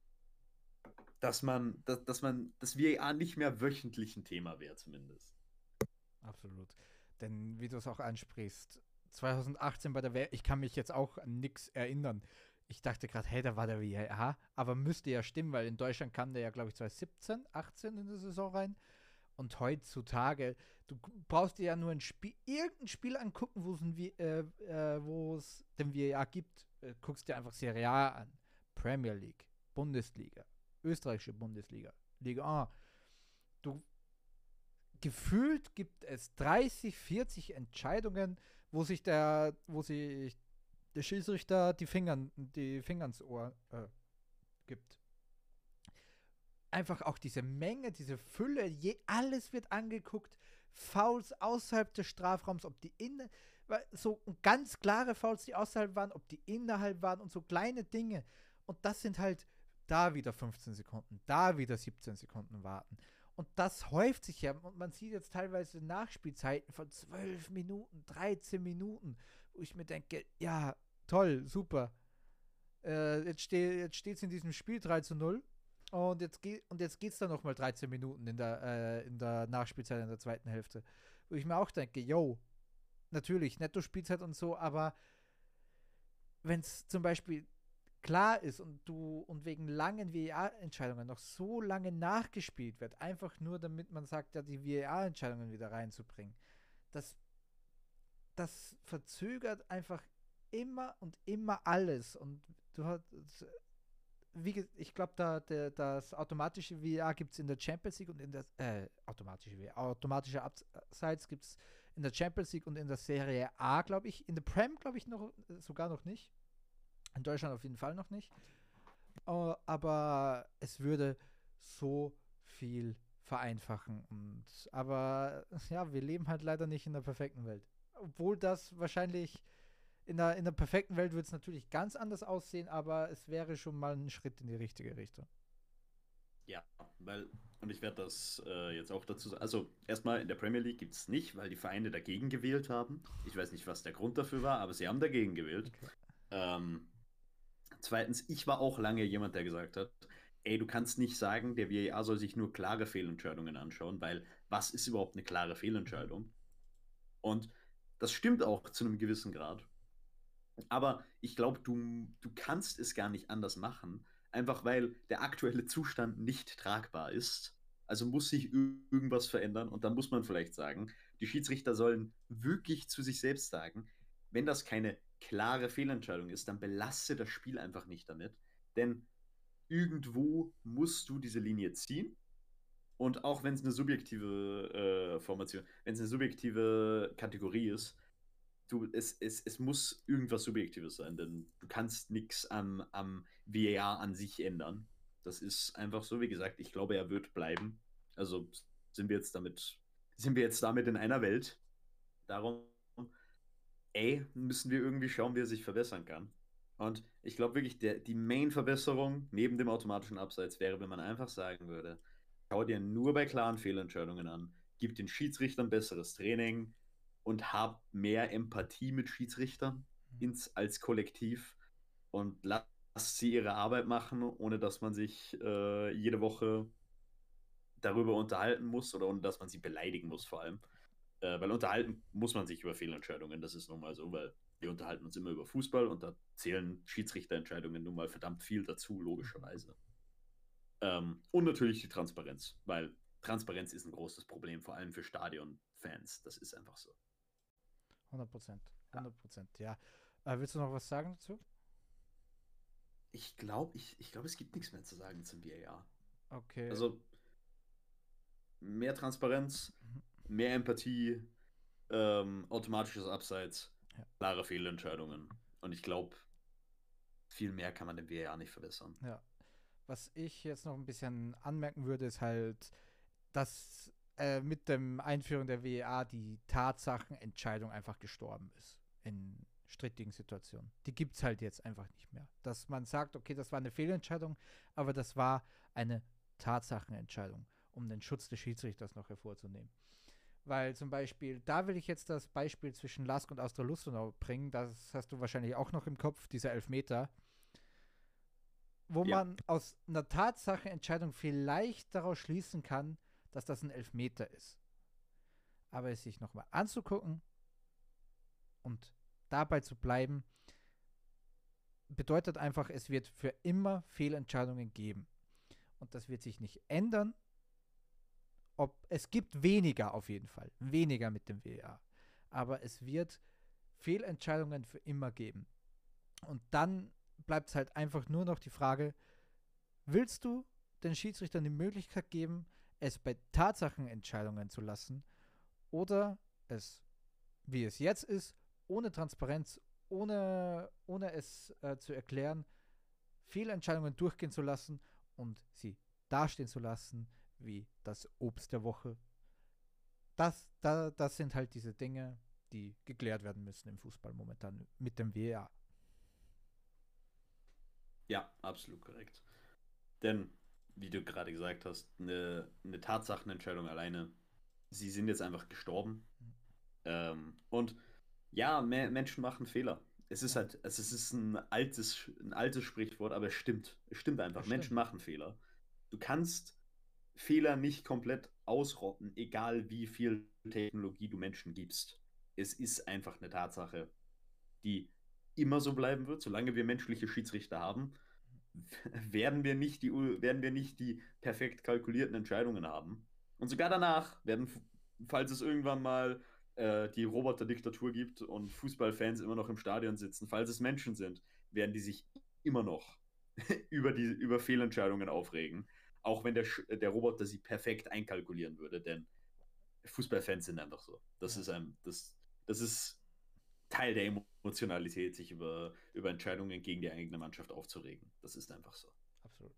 dass VAR nicht mehr wöchentlich ein Thema wäre, zumindest. Absolut. Denn wie du es auch ansprichst, 2018 bei der WM, ich kann mich jetzt auch an nichts erinnern. Ich dachte gerade, hey, da war der VAR, aber müsste ja stimmen, weil in Deutschland kam der ja, glaube ich, 2017, 18 in die Saison rein. Und heutzutage, du brauchst dir ja nur irgendein Spiel angucken, wo es den VAR gibt. Guckst dir einfach Serie A an, Premier League, Bundesliga, österreichische Bundesliga, Liga 1. Du gefühlt gibt es 30, 40 Entscheidungen, wo sich der Schiedsrichter die Finger ins Ohr gibt. Einfach auch diese Menge, diese Fülle, alles wird angeguckt, Fouls außerhalb des Strafraums, ob die so ganz klare Fouls, die außerhalb waren, ob die innerhalb waren und so kleine Dinge. Und das sind halt da wieder 15 Sekunden, da wieder 17 Sekunden warten. Und das häuft sich ja. Und man sieht jetzt teilweise Nachspielzeiten von 12 Minuten, 13 Minuten, wo ich mir denke, ja, toll, super. Jetzt steht es in diesem Spiel 3:0. Und jetzt geht es dann nochmal 13 Minuten in der Nachspielzeit in der zweiten Hälfte. Wo ich mir auch denke, yo, natürlich, Netto-Spielzeit und so, aber wenn es zum Beispiel klar ist und wegen langen VAR-Entscheidungen noch so lange nachgespielt wird, einfach nur damit man sagt, ja, die VAR-Entscheidungen wieder reinzubringen, das, das verzögert einfach immer und immer alles. Und du hast, ich glaube, das automatische VAR gibt es in der Champions League und in der automatische Abseits gibt es in der Champions League und in der Serie A, glaube ich. In der Prem, glaube ich, sogar noch nicht. In Deutschland auf jeden Fall noch nicht. Aber es würde so viel vereinfachen. Aber ja, wir leben halt leider nicht in der perfekten Welt. Obwohl das wahrscheinlich in der perfekten Welt würde es natürlich ganz anders aussehen, aber es wäre schon mal ein Schritt in die richtige Richtung. Ja, und ich werde das jetzt auch dazu sagen. Also, erstmal in der Premier League gibt es nicht, weil die Vereine dagegen gewählt haben. Ich weiß nicht, was der Grund dafür war, aber sie haben dagegen gewählt. Okay. Ähm, Zweitens, ich war auch lange jemand, der gesagt hat, ey, du kannst nicht sagen, der VAR soll sich nur klare Fehlentscheidungen anschauen, weil was ist überhaupt eine klare Fehlentscheidung? Und das stimmt auch zu einem gewissen Grad. Aber ich glaube, du kannst es gar nicht anders machen, einfach weil der aktuelle Zustand nicht tragbar ist. Also muss sich irgendwas verändern und dann muss man vielleicht sagen, die Schiedsrichter sollen wirklich zu sich selbst sagen, wenn das keine klare Fehlentscheidung ist, dann belaste das Spiel einfach nicht damit. Denn irgendwo musst du diese Linie ziehen. Und auch wenn es eine subjektive Formation, wenn es eine subjektive Kategorie ist, es muss irgendwas Subjektives sein, denn du kannst nichts am VAR an sich ändern. Das ist einfach so, wie gesagt, ich glaube, er wird bleiben. Also sind wir jetzt damit in einer Welt. Darum, müssen wir irgendwie schauen, wie er sich verbessern kann. Und ich glaube wirklich, die Main-Verbesserung neben dem automatischen Abseits wäre, wenn man einfach sagen würde, schau dir nur bei klaren Fehlentscheidungen an, gib den Schiedsrichtern besseres Training und hab mehr Empathie mit Schiedsrichtern als Kollektiv und lass sie ihre Arbeit machen, ohne dass man sich jede Woche darüber unterhalten muss oder ohne dass man sie beleidigen muss vor allem. Weil unterhalten muss man sich über Fehlentscheidungen, das ist nun mal so, weil wir unterhalten uns immer über Fußball und da zählen Schiedsrichterentscheidungen nun mal verdammt viel dazu, logischerweise. Und natürlich die Transparenz, weil Transparenz ist ein großes Problem, vor allem für Stadionfans. Das ist einfach so. 100%. Ja. 100%, ja. Willst du noch was sagen dazu? Ich glaub, es gibt nichts mehr zu sagen zum VAR. Okay. Also mehr Transparenz, Mhm. mehr Empathie, automatisches Abseits, Ja. klare Fehlentscheidungen. Und ich glaube, viel mehr kann man dem VAR nicht verbessern. Ja. Was ich jetzt noch ein bisschen anmerken würde, ist halt, dass mit dem Einführung der WEA die Tatsachenentscheidung einfach gestorben ist in strittigen Situationen. Die gibt es halt jetzt einfach nicht mehr. Dass man sagt, okay, das war eine Fehlentscheidung, aber das war eine Tatsachenentscheidung, um den Schutz des Schiedsrichters noch hervorzunehmen. Weil zum Beispiel, da will ich jetzt das Beispiel zwischen Lask und Austria Lustenau bringen, das hast du wahrscheinlich auch noch im Kopf, dieser Elfmeter, wo Ja, man aus einer Tatsachenentscheidung vielleicht daraus schließen kann, dass das ein Elfmeter ist. Aber es sich nochmal anzugucken und dabei zu bleiben, bedeutet einfach, es wird für immer Fehlentscheidungen geben. Und das wird sich nicht ändern. Es gibt weniger auf jeden Fall. Weniger mit dem VAR. Aber es wird Fehlentscheidungen für immer geben. Und dann bleibt es halt einfach nur noch die Frage, willst du den Schiedsrichtern die Möglichkeit geben, es bei Tatsachenentscheidungen zu lassen oder es, wie es jetzt ist, ohne Transparenz, ohne es zu erklären, Fehlentscheidungen durchgehen zu lassen und sie dastehen zu lassen wie das Obst der Woche. Das sind halt diese Dinge, die geklärt werden müssen im Fußball momentan mit dem VAR. ja, absolut korrekt. Denn, wie du gerade gesagt hast, eine Tatsachenentscheidung alleine, sie sind jetzt einfach gestorben. Und ja, Menschen machen Fehler. Es ist Ja, halt, es ist ein altes Sprichwort, aber es stimmt. Es stimmt einfach. das Menschen stimmt. machen Fehler. Du kannst Fehler nicht komplett ausrotten, egal wie viel Technologie du Menschen gibst. Es ist einfach eine Tatsache, die immer so bleiben wird, solange wir menschliche Schiedsrichter haben, werden wir nicht die perfekt kalkulierten Entscheidungen haben. Und sogar danach werden, falls es irgendwann mal die Roboterdiktatur gibt und Fußballfans immer noch im Stadion sitzen, falls es Menschen sind, werden die sich immer noch über Fehlentscheidungen aufregen. Auch wenn der Roboter sie perfekt einkalkulieren würde, denn Fußballfans sind einfach so. Ja, Das ist Teil der Emotionalität, sich über Entscheidungen gegen die eigene Mannschaft aufzuregen. Das ist einfach so. absolut.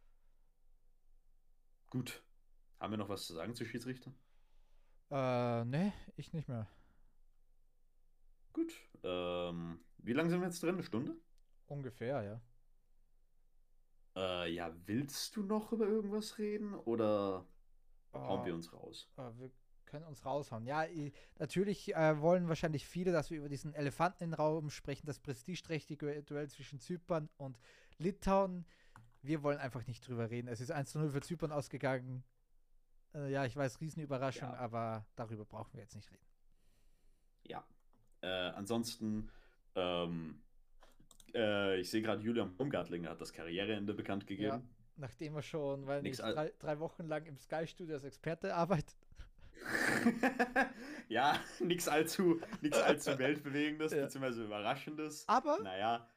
Gut. Haben wir noch was zu sagen zu Schiedsrichter? Ne, ich nicht mehr. Gut. Wie lange sind wir jetzt drin? Eine Stunde? Ungefähr, ja. Ja, willst du noch über irgendwas reden oder hauen Äh, wir uns raus? wir können uns raushauen. Ja, natürlich wollen wahrscheinlich viele, dass wir über diesen Elefanten im Raum sprechen, das prestigeträchtige Duell zwischen Zypern und Litauen. Wir wollen einfach nicht drüber reden. Es ist 1:0 für Zypern ausgegangen. Ja, ich weiß, Riesenüberraschung, Ja, aber darüber brauchen wir jetzt nicht reden. ja. Ansonsten, ähm, ich sehe gerade, Julian Baumgartlinger hat das Karriereende bekannt Ja, gegeben. nachdem er schon, weil Nix nicht, al drei Wochen lang im Sky-Studio als Experte arbeitet. Ja, nichts allzu Weltbewegendes, Ja. beziehungsweise Überraschendes. Aber Naja,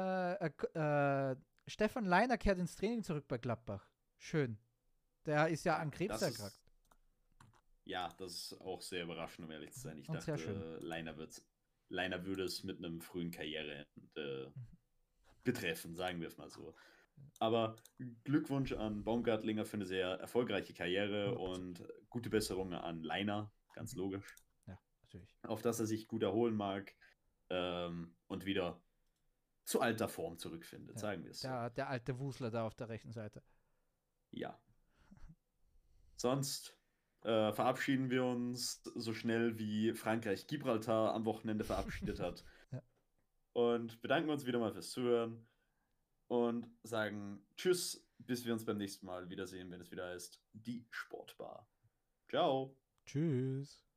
Stefan Leiner kehrt ins Training zurück bei Gladbach. Schön. Der ist ja ja, an Krebs das erkrankt. ist, ja, das ist auch sehr überraschend, um ehrlich zu sein. Ich Und sehr schön. dachte, Leiner würde es mit einem frühen Karriereende betreffen, sagen wir es mal so. Aber Glückwunsch an Baumgartlinger für eine sehr erfolgreiche Karriere 100%. und gute Besserung an Leiner, ganz Mhm. logisch. Ja, natürlich. Auf dass er sich gut erholen mag und wieder zu alter Form zurückfindet, Ja. sagen wir es so. Der alte Wusler da auf der rechten Seite. Ja. Sonst verabschieden wir uns so schnell wie Frankreich Gibraltar am Wochenende verabschiedet hat Ja. und bedanken uns wieder mal fürs Zuhören und sagen Tschüss, bis wir uns beim nächsten Mal wiedersehen, wenn es wieder heißt Die Sportbar. Ciao. Tschüss.